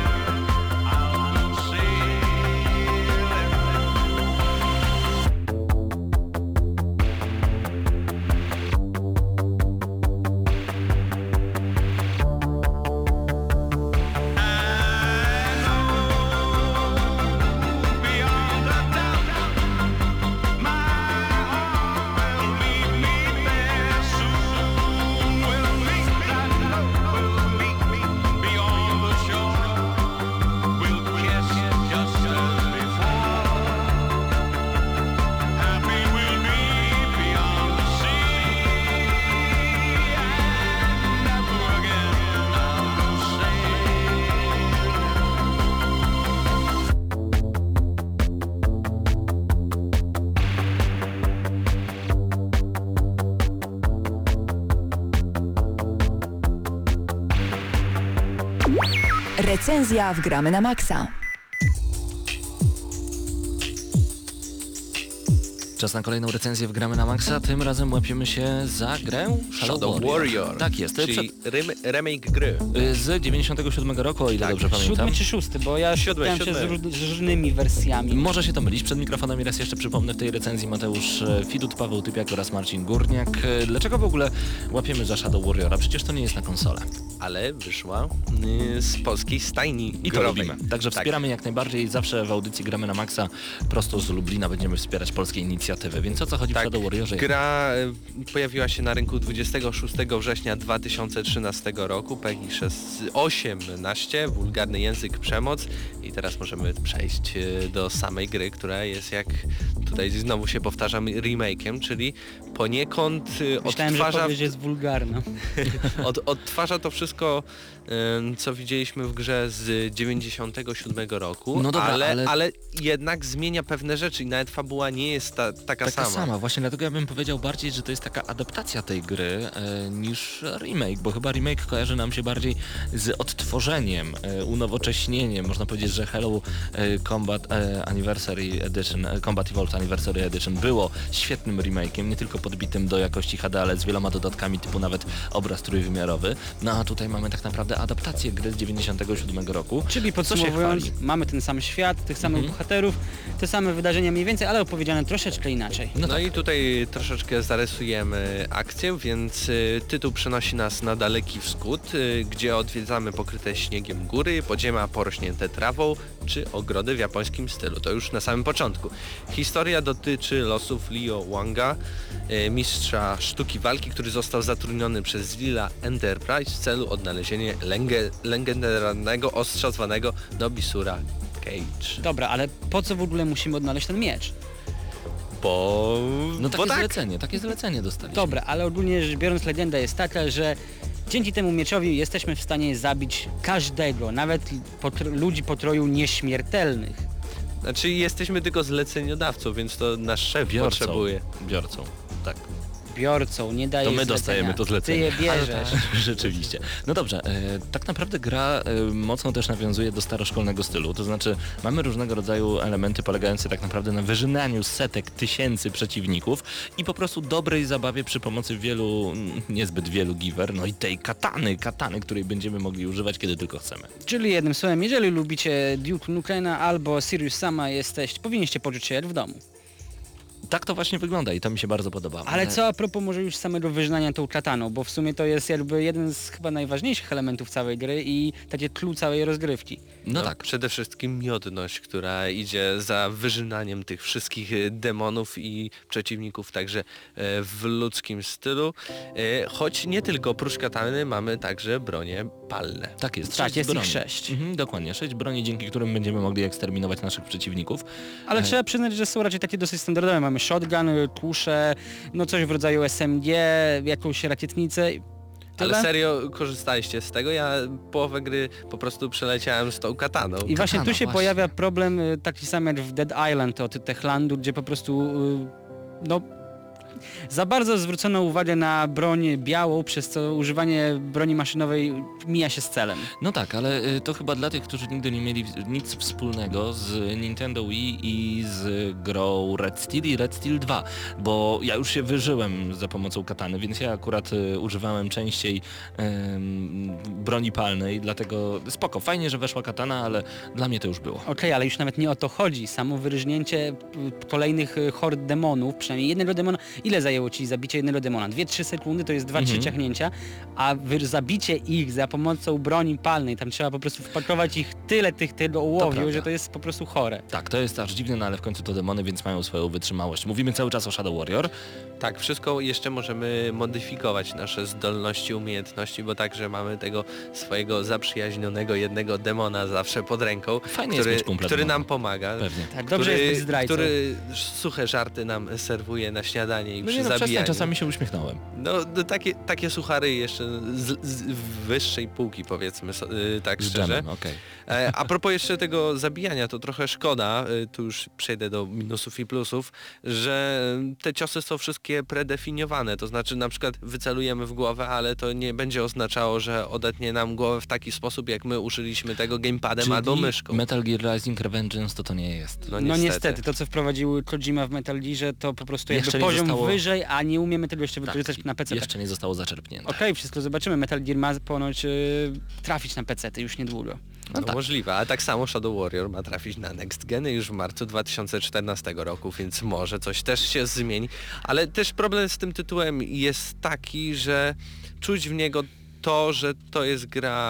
Recenzja w Gramy na Maxa. Czas na kolejną recenzję w Gramy na Maxa. Tym razem łapiemy się za grę Shadow Warrior. Tak jest. Czyli remake gry. Z 97 roku, o ile dobrze pamiętam. 7 czy 6, bo ja spotkałem się z różnymi wersjami. Może się to mylić. Przed mikrofonami raz jeszcze przypomnę w tej recenzji Mateusz Widut, Paweł Typiak oraz Marcin Górniak. Dlaczego w ogóle łapiemy za Shadow Warriora? Przecież to nie jest na konsolę. Ale wyszła z polskiej stajni I to growej. lubimy. Także wspieramy jak najbardziej. Zawsze w audycji Gramy na Maxa prosto z Lublina będziemy wspierać polskie inicjatywy. Więc o co chodzi w Shadow Warriorze? Gra pojawiła się na rynku 26 września 2013 roku. PEGI 18, wulgarny język, przemoc. I teraz możemy przejść do samej gry, która jest, jak tutaj znowu się powtarzam, remake'iem, czyli poniekąd Myślałem, odtwarza... że powiesz, że jest wulgarna. Odtwarza to wszystko, co widzieliśmy w grze z 97 roku, No dobra, ale jednak zmienia pewne rzeczy i nawet fabuła nie jest taka sama. Właśnie dlatego ja bym powiedział bardziej, że to jest taka adaptacja tej gry niż remake, bo chyba remake kojarzy nam się bardziej z odtworzeniem, unowocześnieniem. Można powiedzieć, że Hello Combat Anniversary Edition, Combat Evolved Anniversary Edition było świetnym remake'iem, nie tylko podbitym do jakości HD, ale z wieloma dodatkami typu nawet obraz trójwymiarowy. No a tutaj mamy tak naprawdę adaptację gry z 97 roku. Czyli podsumowując, mamy ten sam świat, tych samych bohaterów, te same wydarzenia mniej więcej, ale opowiedziane troszeczkę inaczej. No i tutaj troszeczkę zarysujemy akcję, więc tytuł przenosi nas na daleki wschód, gdzie odwiedzamy pokryte śniegiem góry, podziemia porośnięte trawą, czy ogrody w japońskim stylu. To już na samym początku. Historia dotyczy losów Leo Wanga, mistrza sztuki walki, który został zatrudniony przez Lila Enterprise w celu odnalezienia legendarnego ostrza zwanego Nobisura Cage. Dobra, ale po co w ogóle musimy odnaleźć ten miecz? Takie zlecenie dostaliśmy. Dobra, ale ogólnie rzecz biorąc legenda jest taka, że dzięki temu mieczowi jesteśmy w stanie zabić każdego, nawet ludzi potroju nieśmiertelnych. Znaczy jesteśmy tylko zleceniodawcą, więc to nasz szef potrzebuje. Biorcą, tak. Biorcą, nie daje To my zlecenia. dostajemy to zlecenie. Ty je bierzesz. Rzeczywiście. No dobrze, tak naprawdę gra mocno też nawiązuje do staroszkolnego stylu, to znaczy mamy różnego rodzaju elementy polegające tak naprawdę na wyżynaniu setek, tysięcy przeciwników i po prostu dobrej zabawie przy pomocy niezbyt wielu giver, no i tej katany, której będziemy mogli używać kiedy tylko chcemy. Czyli jednym słowem, jeżeli lubicie Duke Nukena albo Sirius Sama powinniście poczuć się jak w domu. Tak to właśnie wygląda i to mi się bardzo podoba. Ale co a propos może już samego wyżynania tą kataną, bo w sumie to jest jakby jeden z chyba najważniejszych elementów całej gry i takie clue całej rozgrywki. No tak. Przede wszystkim miodność, która idzie za wyżynaniem tych wszystkich demonów i przeciwników także w ludzkim stylu. Choć nie tylko, oprócz katany mamy także bronie palne. Tak jest. Tak, jest broni. ich 6. Dokładnie, 6 broni, dzięki którym będziemy mogli eksterminować naszych przeciwników. Ale trzeba przyznać, że są raczej takie dosyć standardowe. Mamy shotgun, tusze, no coś w rodzaju SMG, jakąś rakietnicę. Ale serio korzystaliście z tego? Ja połowę gry po prostu przeleciałem z tą kataną. I właśnie tu się pojawia problem taki sam jak w Dead Island od Techlandu, gdzie po prostu za bardzo zwrócono uwagę na broń białą, przez co używanie broni maszynowej mija się z celem. No tak, ale to chyba dla tych, którzy nigdy nie mieli nic wspólnego z Nintendo Wii i z grą Red Steel i Red Steel 2, bo ja już się wyżyłem za pomocą katany, więc ja akurat używałem częściej broni palnej, dlatego spoko, fajnie, że weszła katana, ale dla mnie to już było. Okej, ale już nawet nie o to chodzi. Samo wyryżnięcie kolejnych hord demonów, przynajmniej jednego demona. Ile zajęło ci zabicie jednego demona? 2-3 sekundy to jest 2-3 ciachnięcia, a zabicie ich za pomocą broni palnej, tam trzeba po prostu wpakować ich tego ołowiu, że to jest po prostu chore. Tak, to jest aż dziwne, no ale w końcu to demony, więc mają swoją wytrzymałość. Mówimy cały czas o Shadow Warrior. Tak, wszystko jeszcze możemy modyfikować, nasze zdolności, umiejętności, bo także mamy tego swojego zaprzyjaźnionego jednego demona zawsze pod ręką, Fajnie jest mieć kumpla który demona. nam pomaga. Pewnie. Tak, dobrze jest być zdrajcą. Który suche żarty nam serwuje na śniadanie i przy zabijaniu. Czasami się uśmiechnąłem. No takie suchary jeszcze z wyższej naszej półki, powiedzmy tak Z szczerze. dżemem, okej. A propos jeszcze tego zabijania, to trochę szkoda, tu już przejdę do minusów i plusów, że te ciosy są wszystkie predefiniowane, to znaczy na przykład wycelujemy w głowę, ale to nie będzie oznaczało, że odetnie nam głowę w taki sposób, jak my użyliśmy tego gamepadem Czyli albo myszką. Metal Gear Rising Revengeance to nie jest. No niestety, to co wprowadził Kojima w Metal Gearze to po prostu jakby Jeszcze nie poziom zostało- wyżej, a nie umiemy tego jeszcze wykorzystać Tak, na PC. jeszcze nie zostało zaczerpnięte. Okej, wszystko zobaczymy. Metal Gear ma ponoć trafić na PC już niedługo. No tak. możliwe, a tak samo Shadow Warrior ma trafić na Next Geny już w marcu 2014 roku, więc może coś też się zmieni. Ale też problem z tym tytułem jest taki, że czuć w niego to, że to jest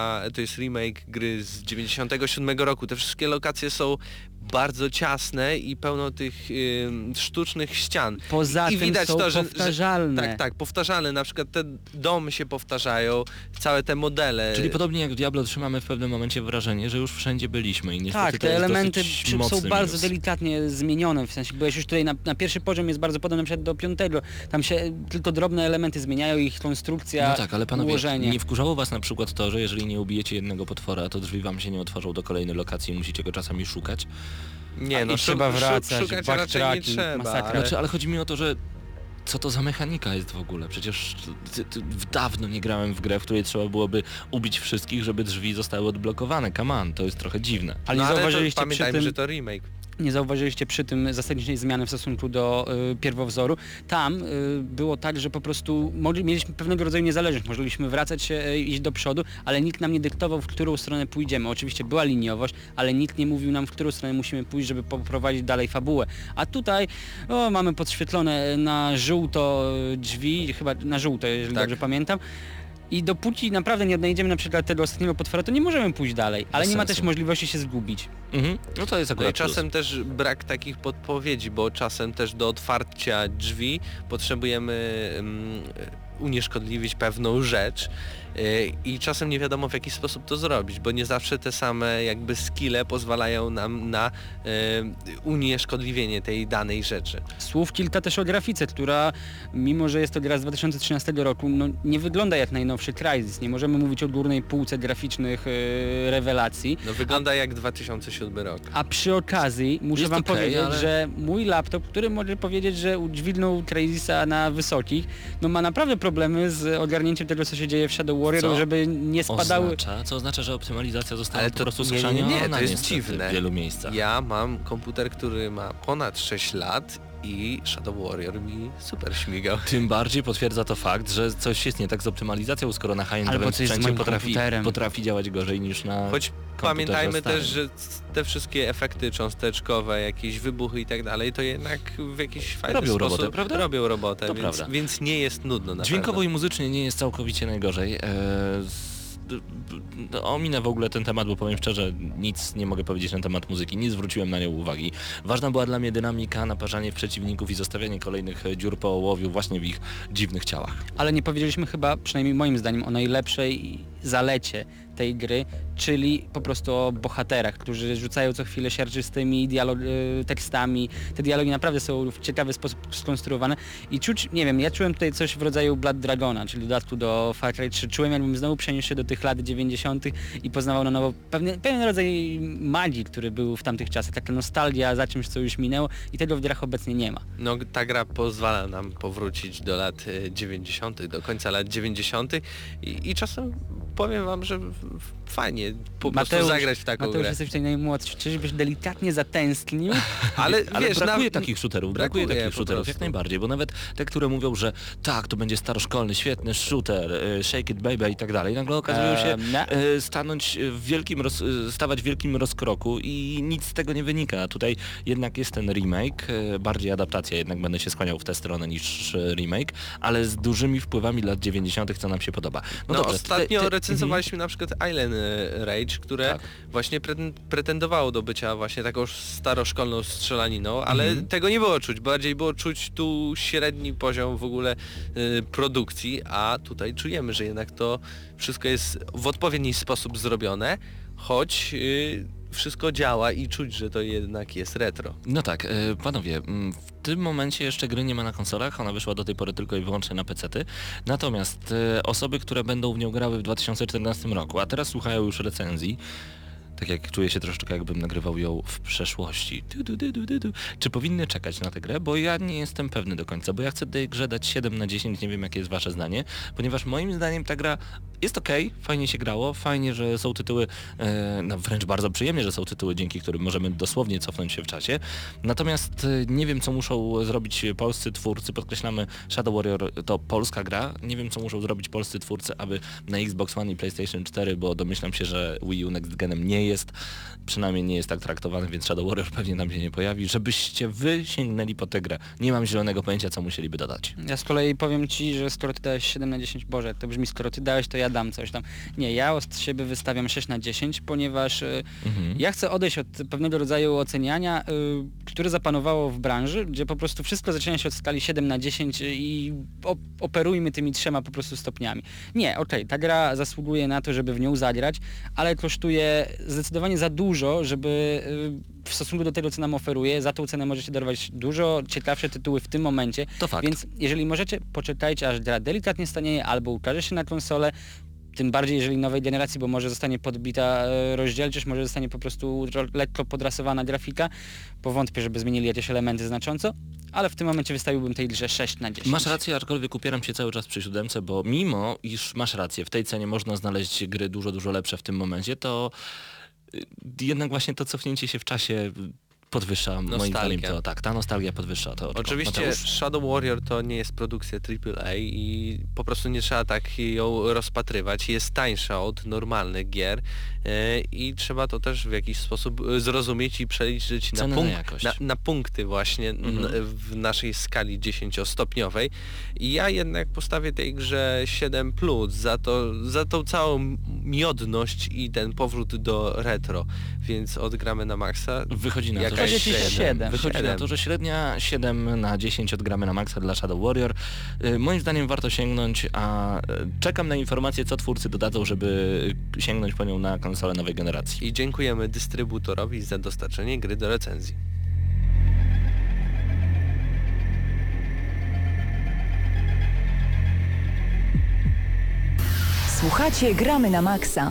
remake gry z 97 roku. Te wszystkie lokacje są bardzo ciasne i pełno tych sztucznych ścian. Poza I tym widać są to, że powtarzalne. tak, powtarzalne. Na przykład te domy się powtarzają, całe te modele. Czyli podobnie jak w Diablo 3 mamy w pewnym momencie wrażenie, że już wszędzie byliśmy i niestety Tak, to te jest elementy dosyć są mocny bardzo minus. delikatnie zmienione, w sensie byłeś już tutaj na pierwszy poziom jest bardzo podobny na przykład do 5. Tam się tylko drobne elementy zmieniają, ich konstrukcja, No tak, ale panowie, ułożenie. nie wkurzało was na przykład to, że jeżeli nie ubijecie jednego potwora, to drzwi wam się nie otworzą do kolejnej lokacji i musicie go czasami szukać? Nie, no i trzeba wracać, szukać raczej nie backtracking, trzeba. masakra. Znaczy, ale chodzi mi o to, że co to za mechanika jest w ogóle? Przecież dawno nie grałem w grę, w której trzeba byłoby ubić wszystkich, żeby drzwi zostały odblokowane. Come on, to jest trochę dziwne. Ale nie to zauważyliście przy pamiętajmy, tym, że to remake. nie zauważyliście przy tym zasadniczej zmiany w stosunku do pierwowzoru. Tam było tak, że po prostu mieliśmy pewnego rodzaju niezależność, mogliśmy wracać się, iść do przodu, ale nikt nam nie dyktował, w którą stronę pójdziemy. Oczywiście była liniowość, ale nikt nie mówił nam, w którą stronę musimy pójść, żeby poprowadzić dalej fabułę. A tutaj mamy podświetlone na żółto drzwi, chyba na żółto, jeżeli Tak. dobrze pamiętam. I dopóki naprawdę nie odnajdziemy na przykład tego ostatniego potwora, to nie możemy pójść dalej, ale Bez nie ma sensu. też możliwości się zgubić. Mhm. No to jest No i akurat czasem też brak takich podpowiedzi, bo czasem też do otwarcia drzwi potrzebujemy unieszkodliwić pewną rzecz i czasem nie wiadomo w jaki sposób to zrobić, bo nie zawsze te same jakby skille pozwalają nam na unieszkodliwienie tej danej rzeczy. Słów kilka też o grafice, która mimo, że jest to gra z 2013 roku, no nie wygląda jak najnowszy Crysis. Nie możemy mówić o górnej półce graficznych rewelacji. No wygląda jak 2007 rok. A przy okazji muszę Jest wam okej, powiedzieć, ale- że mój laptop, który może powiedzieć, że udźwignął Crysisa na wysokich, no ma naprawdę problemy z ogarnięciem tego, co się dzieje w Shadow Warrior, Co żeby nie spadały... co oznacza, że optymalizacja została Ale po to prostu nie, skrzaniona to jest niestety dziwne. w wielu miejscach. Ja mam komputer, który ma ponad 6 lat i Shadow Warrior mi super śmigał. Tym bardziej potwierdza to fakt, że coś jest nie tak z optymalizacją, skoro na Albo high-endowym coś z sprzęcie moim komputerem. potrafi działać gorzej niż na Choć komputerze pamiętajmy starym. też, że te wszystkie efekty cząsteczkowe, jakieś wybuchy i tak dalej, to jednak w jakiś fajny Robią sposób robotę, prawda? robią robotę, To więc, prawda. więc nie jest nudno na Dźwiękowo pewno. i muzycznie nie jest całkowicie najgorzej. Ominę w ogóle ten temat, bo powiem szczerze, nic nie mogę powiedzieć na temat muzyki, nie zwróciłem na nią uwagi. Ważna była dla mnie dynamika, naparzanie przeciwników i zostawianie kolejnych dziur po ołowiu właśnie w ich dziwnych ciałach. Ale nie powiedzieliśmy chyba, przynajmniej moim zdaniem, o najlepszej zalecie tej gry, czyli po prostu o bohaterach, którzy rzucają co chwilę siarczystymi tekstami. Te dialogi naprawdę są w ciekawy sposób skonstruowane i czuć, nie wiem, ja czułem tutaj coś w rodzaju Blood Dragona, czyli dodatku do Far Cry 3. Czułem, jakbym znowu przeniósł się do tych lat 90. i poznawał na nowo pewien rodzaj magii, który był w tamtych czasach, taka nostalgia za czymś, co już minęło i tego w grach obecnie nie ma. No ta gra pozwala nam powrócić do lat 90., do końca lat 90. i czasem powiem wam, że fajnie po prostu zagrać w taką Mateusz, grę. jesteś tutaj najmłodszy, czyżbyś delikatnie zatęsknił? Ale Ale wiesz, brakuje takich shooterów, brakuje brakuje takich po shooterów jak prostu. najbardziej, bo nawet te, które mówią, że tak, to będzie staroszkolny, świetny shooter, shake it baby i tak dalej, nagle okazują się stawać w wielkim rozkroku i nic z tego nie wynika. A tutaj jednak jest ten remake, bardziej adaptacja, jednak będę się skłaniał w tę stronę niż remake, ale z dużymi wpływami lat 90., co nam się podoba. No dobrze, ostatnio recenzowaliśmy na przykład Island Rage, które Tak. właśnie pretendowało do bycia właśnie taką staroszkolną strzelaniną, ale tego nie było czuć. Bardziej było czuć tu średni poziom w ogóle produkcji, a tutaj czujemy, że jednak to wszystko jest w odpowiedni sposób zrobione, choć wszystko działa i czuć, że to jednak jest retro. No tak, panowie, tym momencie jeszcze gry nie ma na konsolach, ona wyszła do tej pory tylko i wyłącznie na PC-ty. Natomiast osoby, które będą w nią grały w 2014 roku, a teraz słuchają już recenzji, tak jak czuję się troszeczkę, jakbym nagrywał ją w przeszłości. Czy powinny czekać na tę grę? Bo ja nie jestem pewny do końca, bo ja chcę tej grze dać 7/10, nie wiem jakie jest wasze zdanie, ponieważ moim zdaniem ta gra jest okej, fajnie się grało, fajnie, że są tytuły, no wręcz bardzo przyjemnie, że są tytuły, dzięki którym możemy dosłownie cofnąć się w czasie. Natomiast nie wiem, co muszą zrobić polscy twórcy, podkreślamy, Shadow Warrior to polska gra, nie wiem, co muszą zrobić polscy twórcy, aby na Xbox One i PlayStation 4, bo domyślam się, że Wii U Next Genem nie jest, przynajmniej nie jest tak traktowany, więc Shadow Warrior pewnie nam się nie pojawi, żebyście wy sięgnęli po tę grę. Nie mam zielonego pojęcia, co musieliby dodać. Ja z kolei powiem ci, że skoro ty dałeś 7/10, Boże, to brzmi, skoro ty dałeś, to ja dam coś tam. Nie, ja od siebie wystawiam 6/10, ponieważ ja chcę odejść od pewnego rodzaju oceniania, które zapanowało w branży, gdzie po prostu wszystko zaczyna się od skali 7/10 i operujmy tymi 3 po prostu stopniami. Nie, okej, ta gra zasługuje na to, żeby w nią zagrać, ale kosztuje zdecydowanie za dużo, żeby w stosunku do tego, co nam oferuje, za tą cenę możecie darować dużo ciekawsze tytuły w tym momencie. To fakt. Więc jeżeli możecie, poczekajcie, aż gra delikatnie stanieje albo ukaże się na konsolę, tym bardziej jeżeli nowej generacji, bo może zostanie podbita rozdzielczość, może zostanie po prostu lekko podrasowana grafika, bo wątpię, żeby zmienili jakieś elementy znacząco, ale w tym momencie wystawiłbym tej grze 6/10. Masz rację, aczkolwiek upieram się cały czas przy 7, bo mimo iż masz rację, w tej cenie można znaleźć gry dużo, dużo lepsze w tym momencie, to jednak właśnie to cofnięcie się w czasie podwyższa, moim zdaniem to tak, ta nostalgia podwyższa to. Oczywiście Mateusz? Shadow Warrior to nie jest produkcja AAA i po prostu nie trzeba tak ją rozpatrywać. Jest tańsza od normalnych gier i trzeba to też w jakiś sposób zrozumieć i przeliczyć na punkty właśnie w naszej skali 10-stopniowej. I ja jednak postawię tej grze 7+, za tą całą miodność i ten powrót do retro, więc odgramy na maksa. Wychodzi na to, że 7. Wychodzi na to, że średnia 7/10 odgramy na maksa dla Shadow Warrior. Moim zdaniem warto sięgnąć, a czekam na informacje, co twórcy dodadzą, żeby sięgnąć po nią na konsolę nowej generacji. I dziękujemy dystrybutorowi za dostarczenie gry do recenzji. Słuchacie Gramy na Maxa.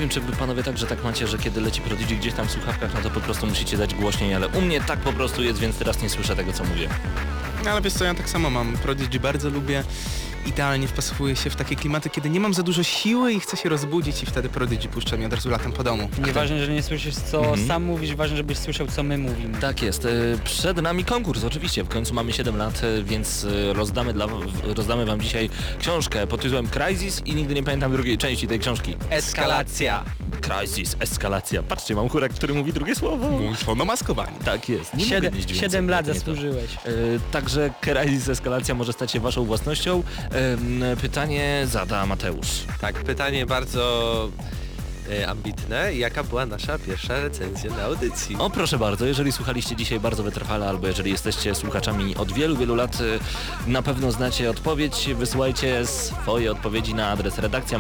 czy wy panowie także tak macie, że kiedy leci Prodigy gdzieś tam w słuchawkach, no to po prostu musicie dać głośniej, ale u mnie tak po prostu jest, więc teraz nie słyszę tego, co mówię. No, ale wiesz co, ja tak samo mam. Prodigy bardzo lubię. Idealnie wpasowuje się w takie klimaty, kiedy nie mam za dużo siły i chcę się rozbudzić i wtedy Prodigy puszczam i od razu latam po domu. Nieważne, że nie słyszysz, co sam mówisz, ważne, żebyś słyszał, co my mówimy. Tak jest. Przed nami konkurs, oczywiście. W końcu mamy 7 lat, więc rozdamy wam dzisiaj książkę pod tytułem Crysis i nigdy nie pamiętam drugiej części tej książki. Eskalacja. Crysis, eskalacja. Patrzcie, mam chórek, który mówi drugie słowo. Włączono maskowanie. Tak jest. Nie mogę mieć więcej, 7 lat nie to. zasłużyłeś. Także Crysis, eskalacja może stać się waszą własnością. Pytanie zada Mateusz. Tak, pytanie bardzo ambitne. Jaka była nasza pierwsza recenzja na audycji? O proszę bardzo, jeżeli słuchaliście dzisiaj bardzo wytrwale, albo jeżeli jesteście słuchaczami od wielu, wielu lat, na pewno znacie odpowiedź. Wysyłajcie swoje odpowiedzi na adres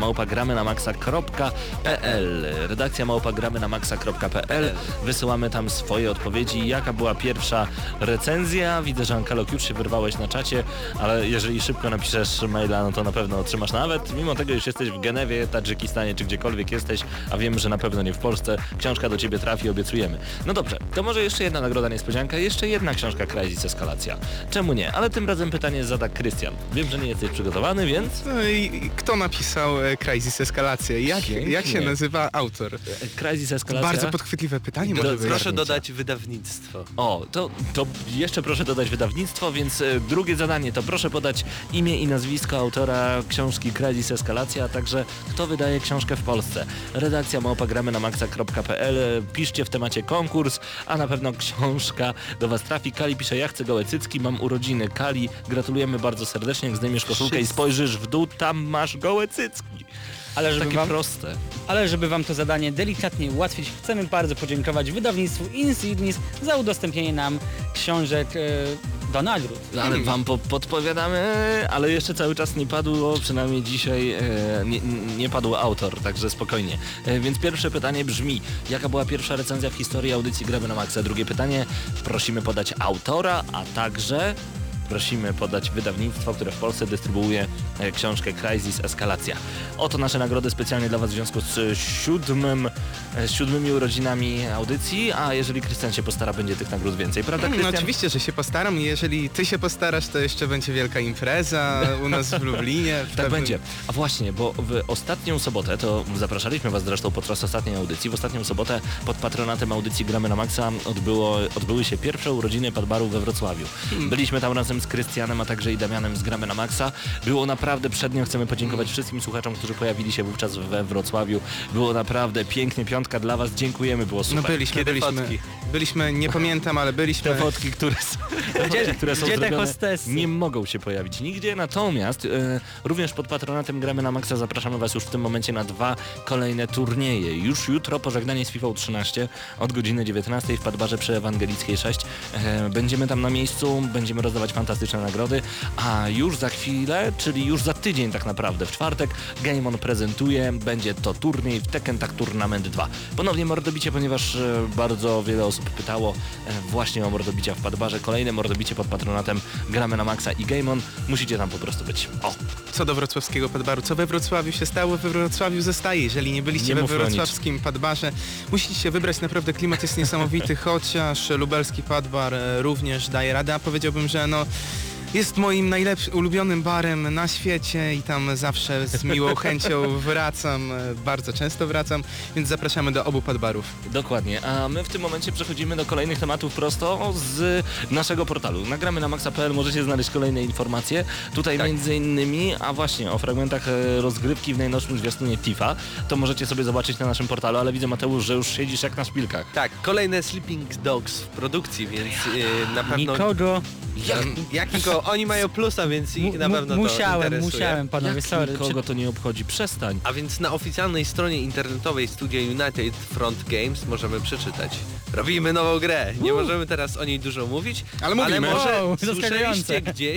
redakcja@gramynamaxa.pl. Redakcja@gramynamaxa.pl. Wysyłamy tam swoje odpowiedzi. Jaka była pierwsza recenzja? Widzę, że Ankalok już się wyrwałeś na czacie, ale jeżeli szybko napiszesz maila, no to na pewno otrzymasz nawet. Mimo tego, już jesteś w Genewie, Tadżykistanie czy gdziekolwiek jesteś, a wiemy, że na pewno nie w Polsce, książka do ciebie trafi, obiecujemy. No dobrze, to może jeszcze jedna nagroda niespodzianka, jeszcze jedna książka Crysis, eskalacja. Czemu nie? Ale tym razem pytanie zada Krystian. Wiem, że nie jesteś przygotowany, więc... No i kto napisał Crysis, eskalacja? Jak się nazywa autor? Crysis, eskalacja. Bardzo podchwytliwe pytanie może być. Proszę dodać wydawnictwo. O, to jeszcze proszę dodać wydawnictwo, więc drugie zadanie to proszę podać imię i nazwisko autora książki Crysis, eskalacja, a także kto wydaje książkę w Polsce. redakcja@gramynamaxa.pl. Piszcie w temacie konkurs, a na pewno książka do was trafi. Kali pisze, ja chcę gołe cycki, mam urodziny. Kali, gratulujemy bardzo serdecznie, jak zdejmiesz koszulkę i spojrzysz w dół, tam masz gołe cycki. Ale żeby Takie proste. Ale żeby wam to zadanie delikatnie ułatwić, chcemy bardzo podziękować wydawnictwu Insignis za udostępnienie nam książek do nagród. Ale wam podpowiadamy, ale jeszcze cały czas nie padło, przynajmniej dzisiaj nie padł autor, także spokojnie. Więc pierwsze pytanie brzmi, jaka była pierwsza recenzja w historii audycji Gramy na Maxa? Drugie pytanie, prosimy podać autora, a także prosimy podać wydawnictwo, które w Polsce dystrybuuje książkę Crysis, eskalacja. Oto nasze nagrody specjalnie dla was w związku z siódmymi urodzinami audycji, a jeżeli Krystian się postara, będzie tych nagród więcej, prawda Krystian? No oczywiście, że się postaram i jeżeli ty się postarasz, to jeszcze będzie wielka impreza u nas w Lublinie. Tak będzie. A właśnie, bo w ostatnią sobotę, to zapraszaliśmy was zresztą podczas ostatniej audycji, w ostatnią sobotę pod patronatem audycji Gramy na Maxa odbyły się pierwsze urodziny Padbaru we Wrocławiu. Byliśmy tam razem z Krystianem, a także i Damianem z Gramy na Maxa. Było naprawdę przednio, chcemy podziękować wszystkim słuchaczom, którzy pojawili się wówczas we Wrocławiu. Było naprawdę pięknie, piątka dla was, dziękujemy, było super. No byliśmy, nie pamiętam, ale byliśmy. Te fotki, które są Gdzie te zrobione, hostessy? nie mogą się pojawić nigdzie, natomiast również pod patronatem Gramy na Maxa zapraszamy was już w tym momencie na 2 kolejne turnieje. Już jutro pożegnanie z FIFA 13 od godziny 19 w Padbarze przy Ewangelickiej 6. Będziemy tam na miejscu, będziemy rozdawać fantastyczne nagrody, a już za chwilę, czyli już za tydzień tak naprawdę, w czwartek Game On prezentuje, będzie to turniej w Tekken Tag Tournament 2. Ponownie mordobicie, ponieważ bardzo wiele osób pytało właśnie o mordobicia w Padbarze. Kolejne mordobicie pod patronatem Gramy na Maxa i Game On. Musicie tam po prostu być. O! Co do wrocławskiego Padbaru, co we Wrocławiu się stało, we Wrocławiu zostaje. Jeżeli nie byliście we wrocławskim Padbarze, musicie się wybrać, naprawdę klimat jest niesamowity, chociaż lubelski Padbar również daje radę, a powiedziałbym, że jest moim ulubionym barem na świecie i tam zawsze z miłą chęcią wracam, bardzo często wracam, więc zapraszamy do obu Padbarów. Dokładnie, a my w tym momencie przechodzimy do kolejnych tematów prosto z naszego portalu. Nagramy na maxa.pl, możecie znaleźć kolejne informacje. Tutaj między innymi, a właśnie o fragmentach rozgrywki w najnowszym zwiastunie FIFA, to możecie sobie zobaczyć na naszym portalu, ale widzę, Mateusz, że już siedzisz jak na szpilkach. Tak, kolejne Sleeping Dogs w produkcji, więc na pewno... Nikogo. Jakiego oni mają plusa, więc ich na pewno to interesuje. Musiałem, panowie, sorry. Kogo to nie obchodzi, przestań. A więc na oficjalnej stronie internetowej studia United Front Games możemy przeczytać: robimy nową grę. Nie możemy teraz o niej dużo mówić, ale mówimy. może Wow, słyszeliście gdzieś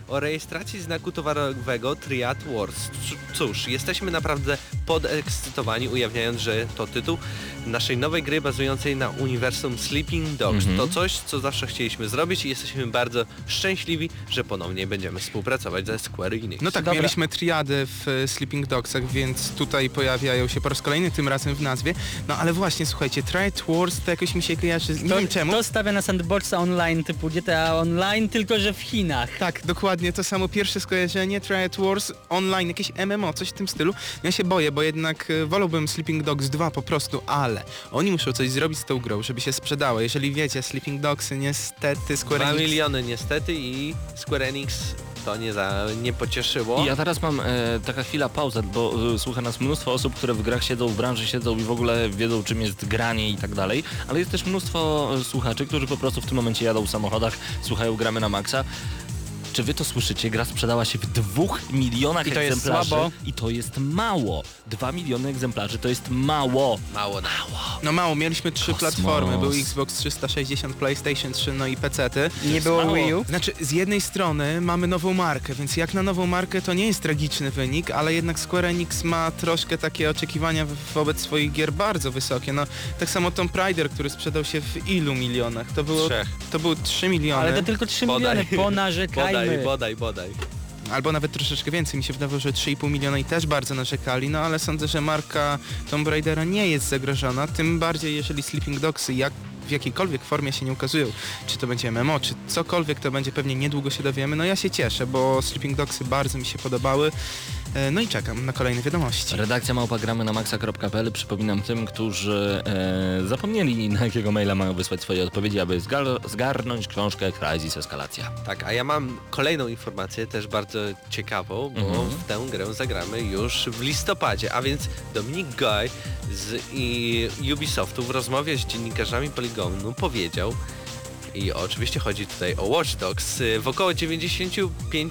o rejestracji znaku towarowego Triad Wars. Cóż, jesteśmy naprawdę podekscytowani, ujawniając, że to tytuł naszej nowej gry bazującej na uniwersum Sleeping Dogs. To coś, co zawsze chcieliśmy zrobić i jesteśmy bardzo szczęśliwi, że ponownie będziemy współpracować ze Square Enix. No tak, mieliśmy triady w Sleeping Dogsach, więc tutaj pojawiają się po raz kolejny, tym razem w nazwie. No ale właśnie, słuchajcie, Triad Wars to jakoś mi się kojarzy, nie wiem czemu. To stawia na sandboxa online typu GTA Online, tylko że w Chinach. Tak, dokładnie to samo pierwsze skojarzenie, Triad Wars Online, jakieś MMO, coś w tym stylu. Ja się boję, bo jednak wolałbym Sleeping Dogs 2 po prostu, ale oni muszą coś zrobić z tą grą, żeby się sprzedało. Jeżeli wiecie, Sleeping Dogsy niestety Square 2 Enix... miliony niestety i Square Enix to nie pocieszyło. Ja teraz mam taka chwila pauzę, bo słucha nas mnóstwo osób, które w grach siedzą, w branży siedzą i w ogóle wiedzą, czym jest granie i tak dalej, ale jest też mnóstwo słuchaczy, którzy po prostu w tym momencie jadą w samochodach, słuchają Gramy na Maxa. Czy wy to słyszycie? Gra sprzedała się w 2 milionach I to jest egzemplarzy słabo. i to jest mało. 2 miliony egzemplarzy to jest mało. Mało. No mało, mieliśmy 3 Kosmos. platformy, był Xbox 360, PlayStation 3, no i PC-ty. Nie było mało. Wii U. Znaczy, z jednej strony mamy nową markę, więc jak na nową markę to nie jest tragiczny wynik, ale jednak Square Enix ma troszkę takie oczekiwania wobec swoich gier bardzo wysokie. No, tak samo Tomb Raider, który sprzedał się w ilu milionach? To było 3 miliony. Ale to tylko 3 Bodaj. miliony, ponarzekajmy. Bodaj. Albo nawet troszeczkę więcej, mi się wydawało, że 3,5 miliona i też bardzo narzekali, no ale sądzę, że marka Tomb Raidera nie jest zagrożona, tym bardziej jeżeli Sleeping Dogsy w jakiejkolwiek formie się nie ukazują, czy to będzie MMO, czy cokolwiek to będzie, pewnie niedługo się dowiemy, no ja się cieszę, bo Sleeping Dogsy bardzo mi się podobały, no i czekam na kolejne wiadomości. Redakcja małpa.gramy na maxa.pl. Przypominam tym, którzy zapomnieli, na jakiego maila mają wysłać swoje odpowiedzi, aby zgarnąć książkę Crysis Eskalacja. Tak, a ja mam kolejną informację, też bardzo ciekawą, bo w tę grę zagramy już w listopadzie, a więc Dominik Goy z Ubisoftu w rozmowie z dziennikarzami Polygonu powiedział, i oczywiście chodzi tutaj o Watch Dogs, w około 95%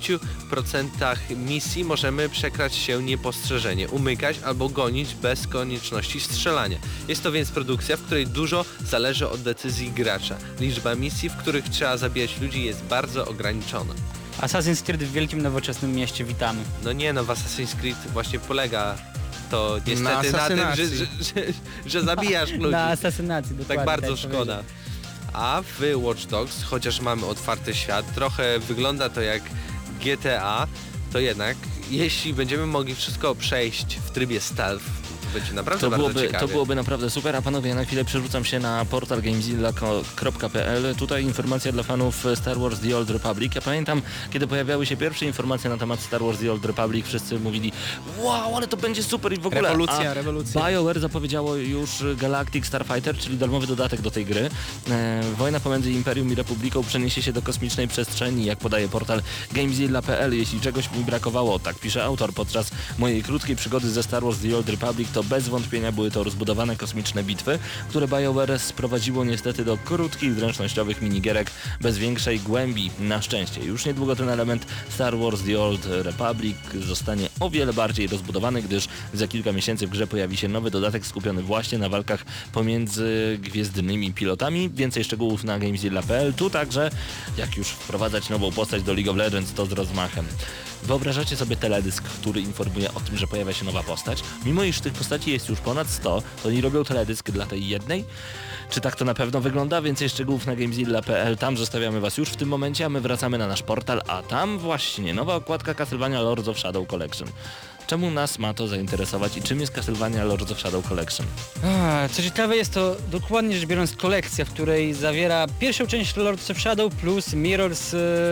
misji możemy przekraść się niepostrzeżenie, umykać albo gonić bez konieczności strzelania. Jest to więc produkcja, w której dużo zależy od decyzji gracza. Liczba misji, w których trzeba zabijać ludzi, jest bardzo ograniczona. Assassin's Creed w wielkim, nowoczesnym mieście, witamy. No nie no, w Assassin's Creed właśnie polega to niestety na tym, że zabijasz ludzi. Na asasynacji, dokładnie. Tak bardzo tak szkoda. powiedział. A w Watch Dogs, chociaż mamy otwarty świat, trochę wygląda to jak GTA, to jednak jeśli będziemy mogli wszystko przejść w trybie stealth, to będzie naprawdę bardzo ciekawie. To byłoby naprawdę super, a panowie, na chwilę przerzucam się na portal gamezilla.pl. Tutaj informacja dla fanów Star Wars The Old Republic. Ja pamiętam, kiedy pojawiały się pierwsze informacje na temat Star Wars The Old Republic, wszyscy mówili, wow, ale to będzie super i w ogóle. Rewolucja. BioWare zapowiedziało już Galactic Starfighter, czyli darmowy dodatek do tej gry. Wojna pomiędzy Imperium i Republiką przeniesie się do kosmicznej przestrzeni, jak podaje portal gamezilla.pl. Jeśli czegoś mi brakowało, tak pisze autor, podczas mojej krótkiej przygody ze Star Wars The Old Republic, to bez wątpienia były to rozbudowane kosmiczne bitwy, które BioWare sprowadziło niestety do krótkich, zręcznościowych minigierek bez większej głębi. Na szczęście. Już niedługo ten element Star Wars The Old Republic zostanie o wiele bardziej rozbudowany, gdyż za kilka miesięcy w grze pojawi się nowy dodatek skupiony właśnie na walkach pomiędzy gwiezdnymi pilotami. Więcej szczegółów na gamezilla.pl. Tu także, jak już wprowadzać nową postać do League of Legends, to z rozmachem. Wyobrażacie sobie teledysk, który informuje o tym, że pojawia się nowa postać? Mimo iż tych postaci jest już ponad 100, to oni robią teledysk dla tej jednej? Czy tak to na pewno wygląda? Więcej szczegółów na gamezilla.pl. Tam zostawiamy was już w tym momencie, a my wracamy na nasz portal, a tam właśnie nowa okładka Castlevania Lords of Shadow Collection. Czemu nas ma to zainteresować i czym jest Castlevania Lords of Shadow Collection? Co ciekawe, jest to dokładnie rzecz biorąc kolekcja, w której zawiera pierwszą część Lords of Shadow plus Mirrors...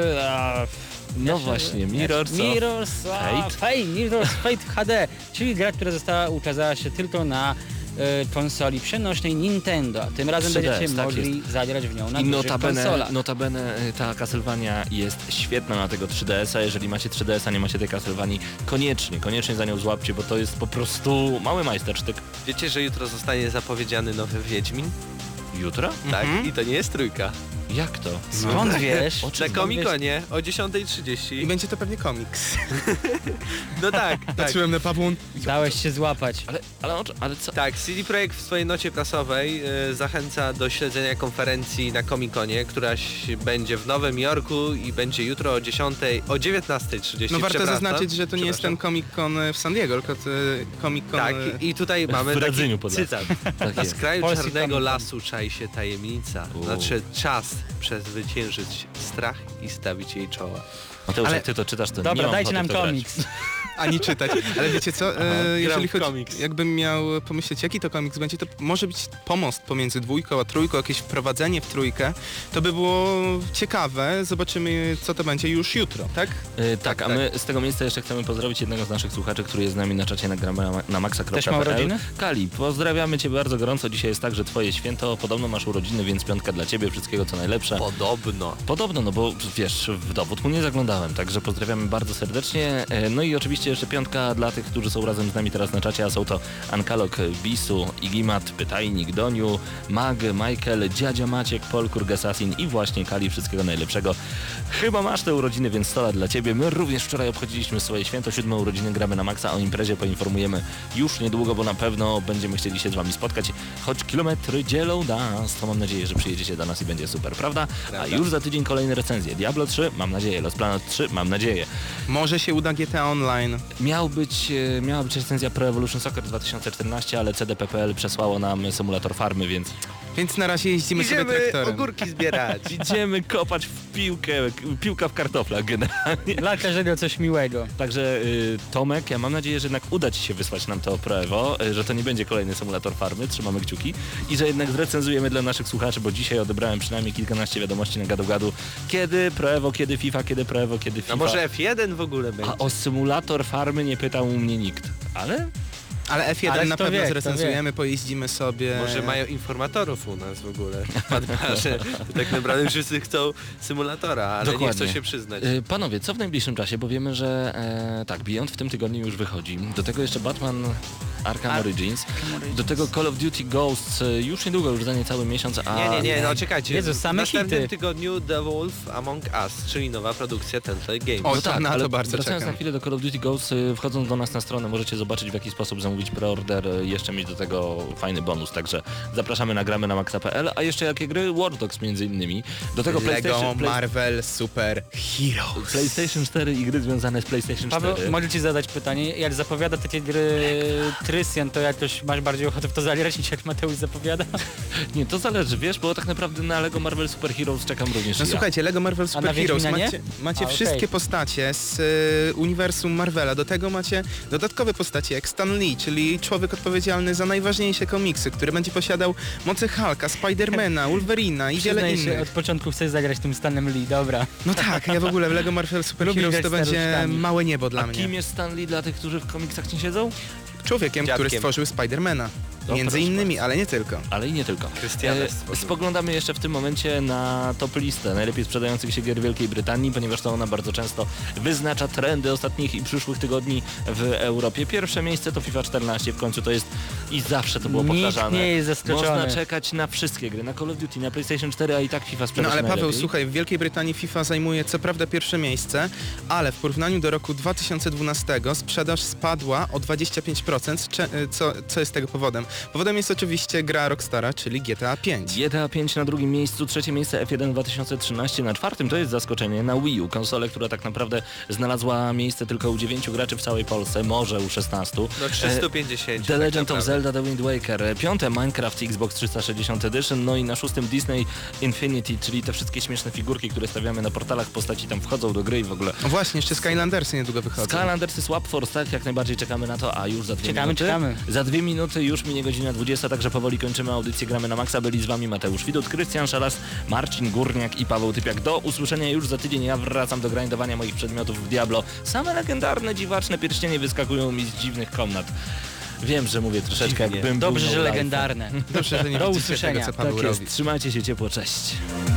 No właśnie, Mirrors Fate HD, czyli gra, która ukazała się tylko na konsoli przenośnej Nintendo. Tym razem 3DS, będziecie tak mogli zagrać w nią na dużych konsolach. Notabene ta Castlevania jest świetna na tego 3DS-a. Jeżeli macie 3DS-a, nie macie tej Castlevanii, koniecznie za nią złapcie, bo to jest po prostu mały majstersztyk. Wiecie, że jutro zostanie zapowiedziany nowy Wiedźmin? Jutro? Tak, i to nie jest trójka. Jak to? Skąd wiesz? Na Comic-Conie o 10:30. I będzie to pewnie komiks. No tak. Patrzyłem na Pawłon. Dałeś się złapać. Ale co? Tak, CD Projekt w swojej nocie prasowej zachęca do śledzenia konferencji na Comic-Conie, która będzie w Nowym Jorku i będzie jutro o 19:30. No warto zaznaczyć, że to nie jest ten Comic-Con w San Diego, tylko Comic-Con... Tak, i tutaj mamy taki Radzyniu Podlaskim. cytat. Tak Na jest. skraju Polski czarnego Comic-Con. lasu czai się tajemnica. Znaczy czas przezwyciężyć strach i stawić jej czoła. Mateusz, Ale- jak ty to czytasz, to nie Dobra, mam dajcie ochoty nam w to grać. komiks. Ani czytać. Ale wiecie co, jeżeli w chodzi, komiks. jakbym miał pomyśleć, jaki to komiks będzie, to może być pomost pomiędzy 2 a 3, jakieś wprowadzenie w 3. To by było ciekawe. Zobaczymy, co to będzie już jutro, tak? Tak, a my z tego miejsca jeszcze chcemy pozdrowić jednego z naszych słuchaczy, który jest z nami na czacie na gramy na maxa.pl. Też ma urodziny? Kali, pozdrawiamy Cię bardzo gorąco. Dzisiaj jest także Twoje święto. Podobno masz urodziny, więc piątka dla Ciebie. Wszystkiego co najlepsze. Podobno, no bo wiesz, w dowód mu nie zaglądałem, także pozdrawiamy bardzo serdecznie. No i oczywiście jeszcze piątka dla tych, którzy są razem z nami teraz na czacie, a są to Ankalog, Bisu, Igimat, Pytajnik, Doniu, Mag, Michael, Dziadzia Maciek, Polkur, Gasasin i właśnie Kali. Wszystkiego najlepszego. Chyba masz te urodziny, więc 100 lat dla Ciebie. My również wczoraj obchodziliśmy swoje święto, 7 urodziny gramy na maksa. O imprezie poinformujemy już niedługo, bo na pewno będziemy chcieli się z Wami spotkać, choć kilometry dzielą nas, to mam nadzieję, że przyjedziecie do nas i będzie super, prawda? A już za tydzień kolejne recenzje. Diablo 3, mam nadzieję. Lost Planet 3, mam nadzieję. Może się uda GTA Online. Miała być recenzja Pro Evolution Soccer 2014, ale CDPPL przesłało nam symulator farmy, więc Więc na razie jeździmy sobie traktorem. ogórki zbierać. idziemy kopać w piłka w kartoflach generalnie. Dla każdego coś miłego. Także Tomek, ja mam nadzieję, że jednak uda Ci się wysłać nam to Pro Evo, że to nie będzie kolejny symulator farmy, trzymamy kciuki i że jednak zrecenzujemy dla naszych słuchaczy, bo dzisiaj odebrałem przynajmniej kilkanaście wiadomości na gadu-gadu, kiedy Pro Evo, kiedy FIFA, kiedy Pro Evo, kiedy FIFA. A może F1 w ogóle będzie? A o symulator farmy nie pytał mnie nikt, ale Ale F1 Ale na kto pewno wie, kto zrecenzujemy, pojeździmy sobie. Może mają informatorów u nas w ogóle. Wpadła, że tak naprawdę wszyscy chcą symulatora, ale Dokładnie. nie chcą się przyznać. Panowie, co w najbliższym czasie, bo wiemy, że tak, Beyond w tym tygodniu już wychodzi. Do tego jeszcze Batman Arkham Origins. Do tego Call of Duty Ghosts już niedługo, już za niecały miesiąc, a... Nie, no czekajcie. Jezu, w same następnym hity. tygodniu The Wolf Among Us, czyli nowa produkcja Telltale Games. O, No tak, na ale to bardzo wracając czekam. na chwilę do Call of Duty Ghosts, wchodząc do nas na stronę możecie zobaczyć, w jaki sposób zamówić preorder, jeszcze mieć do tego fajny bonus, także zapraszamy na gramy na maxa.pl, a jeszcze jakie gry? Watch Dogs między innymi. Do tego Lego Marvel Super Heroes. PlayStation 4 i gry związane z PlayStation 4. Paweł, mogę Ci zadać pytanie, jak zapowiada takie gry Trysian, to jakoś masz bardziej ochotę w to zagrać niż jak Mateusz zapowiada? Nie, to zależy, wiesz, bo tak naprawdę na Lego Marvel Super Heroes czekam również No ja. słuchajcie, Lego Marvel na Super Heroes, Wiedźmina nie? macie A, wszystkie okej. postacie z uniwersum Marvela, do tego macie dodatkowe postacie jak Stan Lee, czyli człowiek odpowiedzialny za najważniejsze komiksy, który będzie posiadał moce Hulka, Spidermana, Wolverina i wiele Przyznaj się, innych. od początku chcesz zagrać tym Stanem Lee, dobra. No tak, ja w ogóle w Lego Marvel Super Lubię Heroes grać to z będzie staruszkami. małe niebo dla A mnie. kim jest Stan Lee dla tych, którzy w komiksach nie siedzą? Człowiekiem, który Dziadkiem. stworzył Spidermana. No, Między proszę innymi, ale nie tylko. Ale i nie tylko. Krystiana stworzył. Spoglądamy jeszcze w tym momencie na top listę najlepiej sprzedających się gier Wielkiej Brytanii, ponieważ to ona bardzo często wyznacza trendy ostatnich i przyszłych tygodni w Europie. Pierwsze miejsce to FIFA 14, w końcu to jest i zawsze to było Nikt powtarzane. nie jest zaskoczony. Można czekać na wszystkie gry, na Call of Duty, na PlayStation 4, a i tak FIFA sprzeda No się ale Paweł, najlepiej. słuchaj, w Wielkiej Brytanii FIFA zajmuje co prawda pierwsze miejsce, ale w porównaniu do roku 2012 sprzedaż spadła o 25%, co jest tego powodem? Powodem jest oczywiście gra Rockstara, czyli GTA 5. GTA 5 na drugim miejscu, trzecie miejsce F1 2013, na czwartym to jest zaskoczenie na Wii U, konsolę, która tak naprawdę znalazła miejsce tylko u 9 graczy w całej Polsce, może u 16. No 350. The tak Legend of naprawdę. Zelda The Wind Waker, piąte Minecraft Xbox 360 Edition, no i na szóstym Disney Infinity, czyli te wszystkie śmieszne figurki, które stawiamy na portalach, postaci tam wchodzą do gry i w ogóle. No właśnie, jeszcze Skylandersy niedługo wychodzą. Skylandersy Swap Force, tak, jak najbardziej czekamy na to, a już za 2 minuty. Czekamy. Za 2 minuty już minie godzina 20, także powoli kończymy audycję Gramy na Maxa. Byli z Wami Mateusz Widut, Krystian Szalas, Marcin Górniak i Paweł Typiak. Do usłyszenia już za tydzień. Ja wracam do grindowania moich przedmiotów w Diablo. Same legendarne, dziwaczne pierścienie wyskakują mi z dziwnych komnat. Wiem, że mówię troszeczkę Dziwnie. jakbym Dobrze, był że no life. legendarne. Dobrze, że nie Do widzicie usłyszenia. tego, co Paweł Tak jest, robi. trzymajcie się ciepło, cześć.